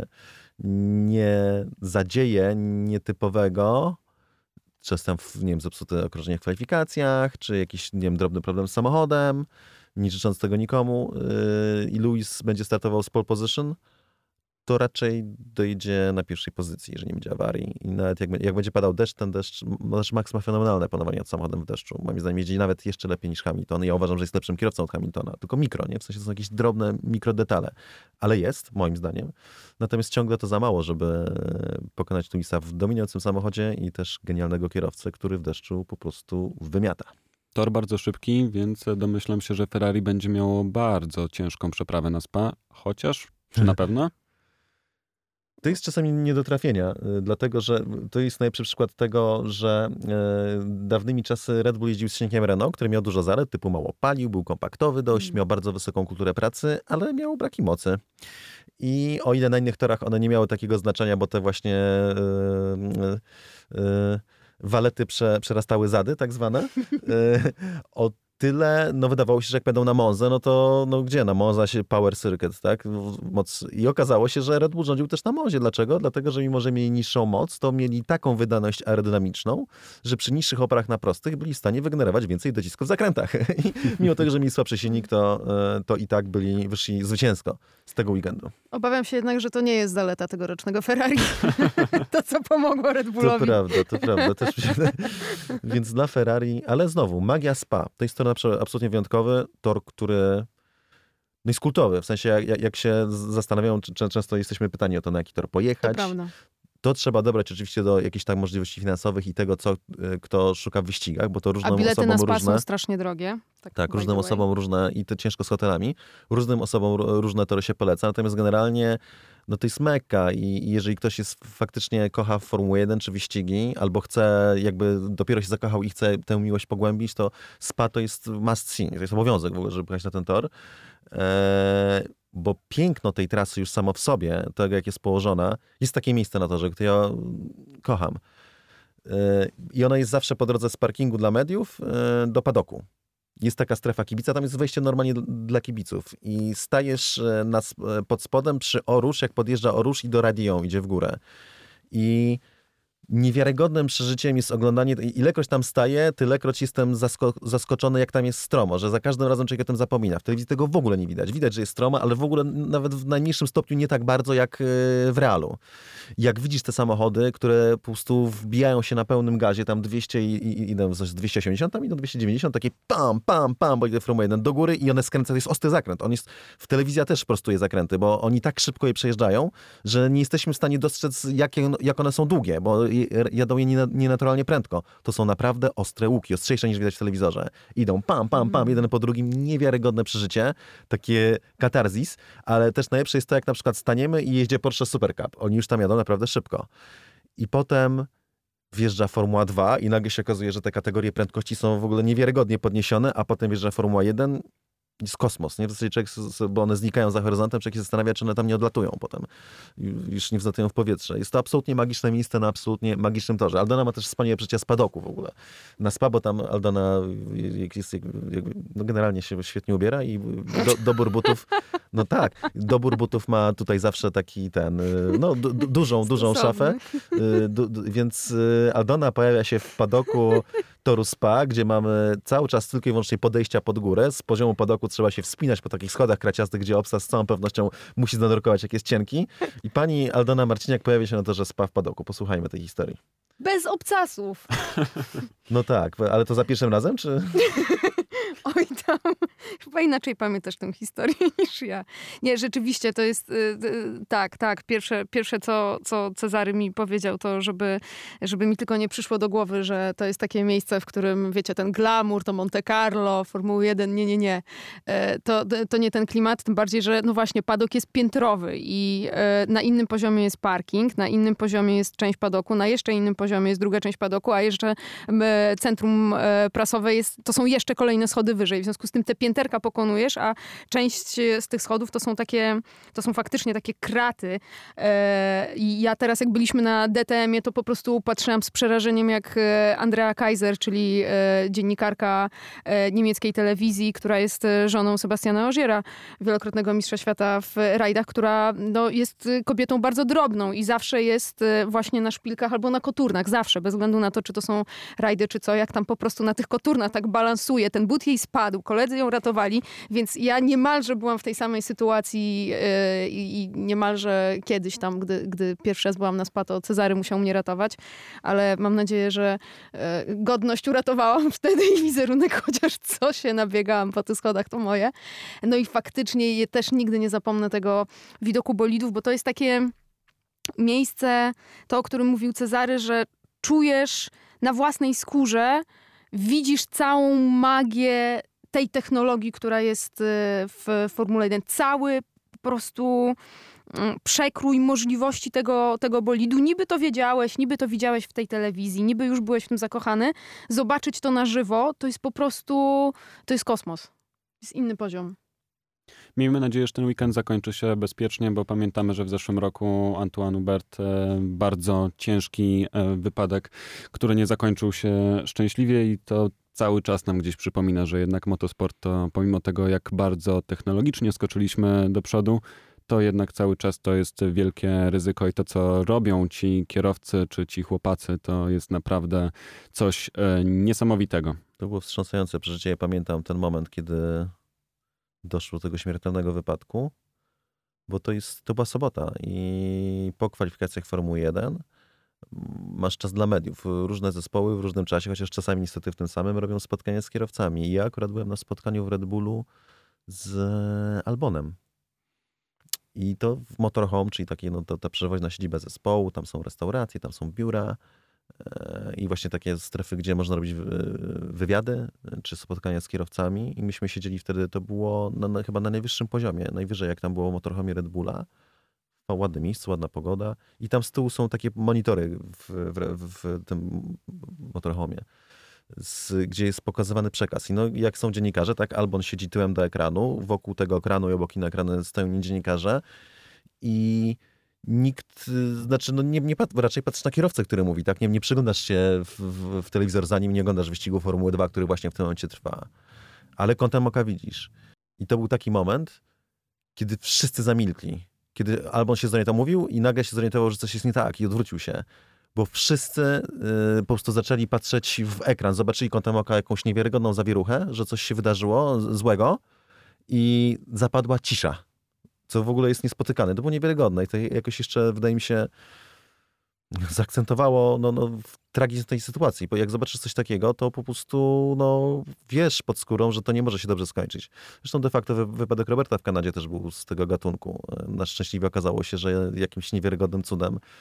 [SPEAKER 2] nie zadzieje nietypowego, czasem, nie wiem, zepsute okrążenie w kwalifikacjach, czy jakiś, nie wiem, drobny problem z samochodem, nie życząc tego nikomu, yy, i Lewis będzie startował z pole position, to raczej dojdzie na pierwszej pozycji, jeżeli nie będzie awarii. I nawet jak, jak będzie padał deszcz, ten deszcz, Max ma fenomenalne panowanie nad samochodem w deszczu. Moim zdaniem jeździ nawet jeszcze lepiej niż Hamilton. Ja uważam, że jest lepszym kierowcą od Hamiltona. Tylko mikro, nie? W sensie to są jakieś drobne mikrodetale. Ale jest, moim zdaniem. Natomiast ciągle to za mało, żeby pokonać Lewisa w dominującym samochodzie i też genialnego kierowcę, który w deszczu po prostu wymiata.
[SPEAKER 1] Tor bardzo szybki, więc domyślam się, że Ferrari będzie miało bardzo ciężką przeprawę na Spa. Chociaż, czy na pewno?
[SPEAKER 2] To jest czasami nie do trafienia, dlatego że to jest najlepszy przykład tego, że e, dawnymi czasy Red Bull jeździł z silnikiem Renault, który miał dużo zalet, typu mało palił, był kompaktowy dość, miał bardzo wysoką kulturę pracy, ale miał braki mocy. I o ile na innych torach one nie miały takiego znaczenia, bo te właśnie e, e, e, walety prze, przerastały zady, tak zwane, e, o tyle, no wydawało się, że jak będą na Monzę, no to no gdzie? Na Monza się Power Circuit, tak? Moc. I okazało się, że Red Bull rządził też na Monzie. Dlaczego? Dlatego, że mimo, że mieli niższą moc, to mieli taką wydajność aerodynamiczną, że przy niższych oparach na prostych byli w stanie wygenerować więcej docisków w zakrętach. I mimo tego, że mieli słabszy silnik, to, to i tak byli, wyszli zwycięsko z tego weekendu.
[SPEAKER 3] Obawiam się jednak, że to nie jest zaleta tegorocznego Ferrari. To, co pomogło Red Bullowi.
[SPEAKER 2] To prawda, to prawda. Też Więc dla Ferrari, ale znowu, magia Spa. To jest tor absolutnie wyjątkowy. Tor, który no jest kultowy. W sensie, jak, jak się zastanawiają, czy, często jesteśmy pytani o to, na jaki tor pojechać.
[SPEAKER 3] To prawda.
[SPEAKER 2] To trzeba dobrać oczywiście do jakichś tam możliwości finansowych i tego, co kto szuka w wyścigach, bo to różnym osobom różne.
[SPEAKER 3] A bilety na Spa są strasznie drogie.
[SPEAKER 2] Tak, tak różnym osobom różne i to ciężko z hotelami. Różnym osobom różne tory się poleca, natomiast generalnie no to jest Mekka i, i jeżeli ktoś jest faktycznie kocha Formułę jeden czy wyścigi, albo chce, jakby dopiero się zakochał i chce tę miłość pogłębić, to Spa to jest must see, to jest obowiązek w ogóle, żeby pojechać na ten tor. Eee, bo piękno tej trasy już samo w sobie, tego jak jest położona, jest takie miejsce na torze, które ja kocham. I ona jest zawsze po drodze z parkingu dla mediów do padoku. Jest taka strefa kibica, tam jest wejście normalnie dla kibiców. I stajesz na, pod spodem przy Orusz, jak podjeżdża Orusz i do Radią idzie w górę. I niewiarygodnym przeżyciem jest oglądanie, ilekroć tam staję, tylekroć jestem zasko- zaskoczony, jak tam jest stromo, że za każdym razem człowiek o tym zapomina. W telewizji tego w ogóle nie widać. Widać, że jest stromo, ale w ogóle nawet w najmniejszym stopniu nie tak bardzo jak w realu. Jak widzisz te samochody, które po prostu wbijają się na pełnym gazie, tam dwieście i, i, i no, dwieście osiemdziesiąt, tam idą dwieście dziewięćdziesiąt, takie pam, pam, pam, bo idę Formuła jeden do góry i one skręcają, to jest ostry zakręt. On jest, w telewizja też prostuje zakręty, bo oni tak szybko je przejeżdżają, że nie jesteśmy w stanie dostrzec, jakie, jak one są długie, bo jadą je nienaturalnie prędko. To są naprawdę ostre łuki, ostrzejsze niż widać w telewizorze. Idą pam, pam, pam, jeden po drugim, niewiarygodne przeżycie, takie katarzis, ale też najlepsze jest to, jak na przykład staniemy i jeździ Porsche Super Cup. Oni już tam jadą naprawdę szybko. I potem wjeżdża Formuła dwa i nagle się okazuje, że te kategorie prędkości są w ogóle niewiarygodnie podniesione, a potem wjeżdża Formuła jeden, jest kosmos, nie? W zasadzie człowiek, bo one znikają za horyzontem, człowiek się zastanawia, czy one tam nie odlatują potem. Już nie wzlatują w powietrze. Jest to absolutnie magiczne miejsce na absolutnie magicznym torze. Aldona ma też wspaniałe przeżycia z padoku w ogóle. Na spa, bo tam Aldona jest, no generalnie się świetnie ubiera i do, dobór butów, no tak, dobór butów ma tutaj zawsze taki ten, no du, du, dużą, dużą szafę, du, du, więc Aldona pojawia się w padoku toru Spa, gdzie mamy cały czas tylko i wyłącznie podejścia pod górę. Z poziomu padoku trzeba się wspinać po takich schodach kraciastych, gdzie obsas z całą pewnością musi zanurkować, jak jest cienki. I pani Aldona Marciniak pojawia się na torze Spa w padoku. Posłuchajmy tej historii.
[SPEAKER 3] Bez obcasów.
[SPEAKER 2] No tak, ale to za pierwszym razem, czy...
[SPEAKER 3] Oj tam, chyba inaczej pamiętasz tę historię niż ja. Nie, rzeczywiście to jest, yy, yy, tak, tak, pierwsze, pierwsze co, co Cezary mi powiedział, to żeby, żeby mi tylko nie przyszło do głowy, że to jest takie miejsce, w którym, wiecie, ten glamour, to Monte Carlo, Formuły jeden, nie, nie, nie. Yy, to, to nie ten klimat, tym bardziej, że no właśnie, padok jest piętrowy i yy, na innym poziomie jest parking, na innym poziomie jest część padoku, na jeszcze innym poziomie jest druga część padoku, a jeszcze yy, centrum yy, prasowe jest, to są jeszcze kolejne schody wyżej. W związku z tym te pięterka pokonujesz, a część z tych schodów to są takie, to są faktycznie takie kraty. I ja teraz jak byliśmy na D T M-ie, to po prostu patrzyłam z przerażeniem, jak Andrea Kaiser, czyli dziennikarka niemieckiej telewizji, która jest żoną Sebastiana Ogiera, wielokrotnego mistrza świata w rajdach, która no, jest kobietą bardzo drobną i zawsze jest właśnie na szpilkach albo na koturnach. Zawsze, bez względu na to, czy to są rajdy, czy co, jak tam po prostu na tych koturnach tak balansuje. Ten but jej spadł, koledzy ją ratowali, więc ja niemalże byłam w tej samej sytuacji yy, i niemalże kiedyś tam, gdy, gdy pierwszy raz byłam na spa, to Cezary musiał mnie ratować, ale mam nadzieję, że yy, godność uratowałam wtedy i wizerunek, chociaż co się nabiegałam po tych schodach, to moje. No i faktycznie je też nigdy nie zapomnę tego widoku bolidów, bo to jest takie miejsce, to o którym mówił Cezary, że czujesz na własnej skórze, widzisz całą magię tej technologii, która jest w Formule jeden. Cały po prostu przekrój możliwości tego, tego bolidu. Niby to wiedziałeś, niby to widziałeś w tej telewizji, niby już byłeś w tym zakochany. Zobaczyć to na żywo, to jest po prostu, to jest kosmos. To jest inny poziom.
[SPEAKER 1] Miejmy nadzieję, że ten weekend zakończy się bezpiecznie, bo pamiętamy, że w zeszłym roku Antoine Hubert e, bardzo ciężki e, wypadek, który nie zakończył się szczęśliwie i to cały czas nam gdzieś przypomina, że jednak motosport to pomimo tego, jak bardzo technologicznie skoczyliśmy do przodu, to jednak cały czas to jest wielkie ryzyko i to, co robią ci kierowcy czy ci chłopacy, to jest naprawdę coś e, niesamowitego.
[SPEAKER 2] To było wstrząsające przeżycie. Ja pamiętam ten moment, kiedy doszło do tego śmiertelnego wypadku, bo to jest, to była sobota i po kwalifikacjach Formuły jeden masz czas dla mediów. Różne zespoły w różnym czasie, chociaż czasami niestety w tym samym, robią spotkania z kierowcami. I ja akurat byłem na spotkaniu w Red Bullu z Albonem. I to w motorhome, czyli takie, no to ta przewoźna siedziba zespołu, tam są restauracje, tam są biura i właśnie takie strefy, gdzie można robić wywiady czy spotkania z kierowcami. I myśmy siedzieli wtedy, to było na, na, chyba na najwyższym poziomie, najwyżej jak tam było w motorhomie Red Bulla. Ładne miejsce, ładna pogoda. I tam z tyłu są takie monitory w, w, w tym motorhomie, z, gdzie jest pokazywany przekaz. I no, jak są dziennikarze, tak, Albon siedzi tyłem do ekranu, wokół tego ekranu i obok innego ekranu stoją inni dziennikarze i nikt, znaczy no nie, nie pat, raczej patrzysz na kierowcę, który mówi, tak, nie, nie przyglądasz się w, w, w telewizor za nim, nie oglądasz wyścigu Formuły dwa, który właśnie w tym momencie trwa. Ale kątem oka widzisz. I to był taki moment, kiedy wszyscy zamilkli. Kiedy Albon się zorientował, mówił i nagle się zorientował, że coś jest nie tak i odwrócił się. Bo wszyscy y, po prostu zaczęli patrzeć w ekran, zobaczyli kątem oka jakąś niewiarygodną zawieruchę, że coś się wydarzyło złego i zapadła cisza, co w ogóle jest niespotykane. To było niewiarygodne i to jakoś jeszcze, wydaje mi się, zaakcentowało no, no, w tragizm tej sytuacji. Bo jak zobaczysz coś takiego, to po prostu no, wiesz pod skórą, że to nie może się dobrze skończyć. Zresztą de facto wy, wypadek Roberta w Kanadzie też był z tego gatunku. Na szczęśliwie okazało się, że jakimś niewiarygodnym cudem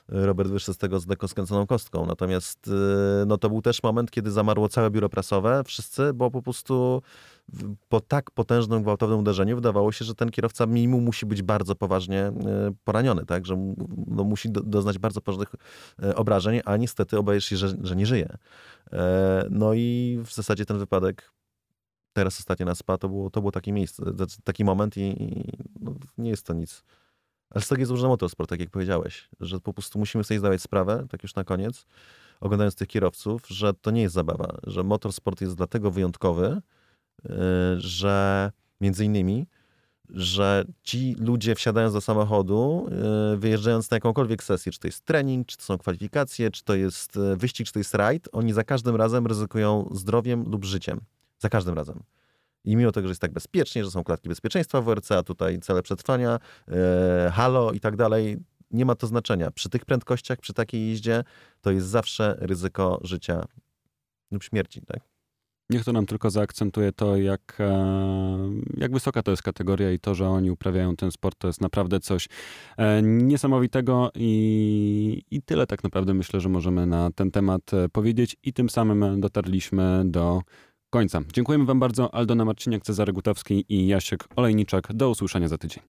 [SPEAKER 2] Robert wyszedł z tego z lekko skręconą kostką. Natomiast no, to był też moment, kiedy zamarło całe biuro prasowe, wszyscy, bo po prostu po tak potężnym, gwałtownym uderzeniu wydawało się, że ten kierowca minimum musi być bardzo poważnie poraniony, tak? Że no, musi do, doznać bardzo poważnych obrażeń, a niestety obawiasz się, że, że nie żyje. No i w zasadzie ten wypadek teraz ostatnio na Spa to było, to było takie miejsce, taki moment i, i no, nie jest to nic. Ale z tego jest złożony motorsport, tak jak powiedziałeś, że po prostu musimy sobie zdawać sprawę, tak już na koniec, oglądając tych kierowców, że to nie jest zabawa, że motorsport jest dlatego wyjątkowy, że między innymi, że ci ludzie wsiadając do samochodu, wyjeżdżając na jakąkolwiek sesję, czy to jest trening, czy to są kwalifikacje, czy to jest wyścig, czy to jest rajd, oni za każdym razem ryzykują zdrowiem lub życiem. Za każdym razem. I mimo tego, że jest tak bezpiecznie, że są klatki bezpieczeństwa w W R C, a tutaj cele przetrwania, e, halo i tak dalej, nie ma to znaczenia. Przy tych prędkościach, przy takiej jeździe, to jest zawsze ryzyko życia lub śmierci, tak?
[SPEAKER 1] Niech to nam tylko zaakcentuje to, jak, jak wysoka to jest kategoria i to, że oni uprawiają ten sport, to jest naprawdę coś niesamowitego i, i tyle tak naprawdę myślę, że możemy na ten temat powiedzieć i tym samym dotarliśmy do końca. Dziękujemy wam bardzo. Aldona Marciniak, Cezary Gutowski i Jasiek Olejniczak. Do usłyszenia za tydzień.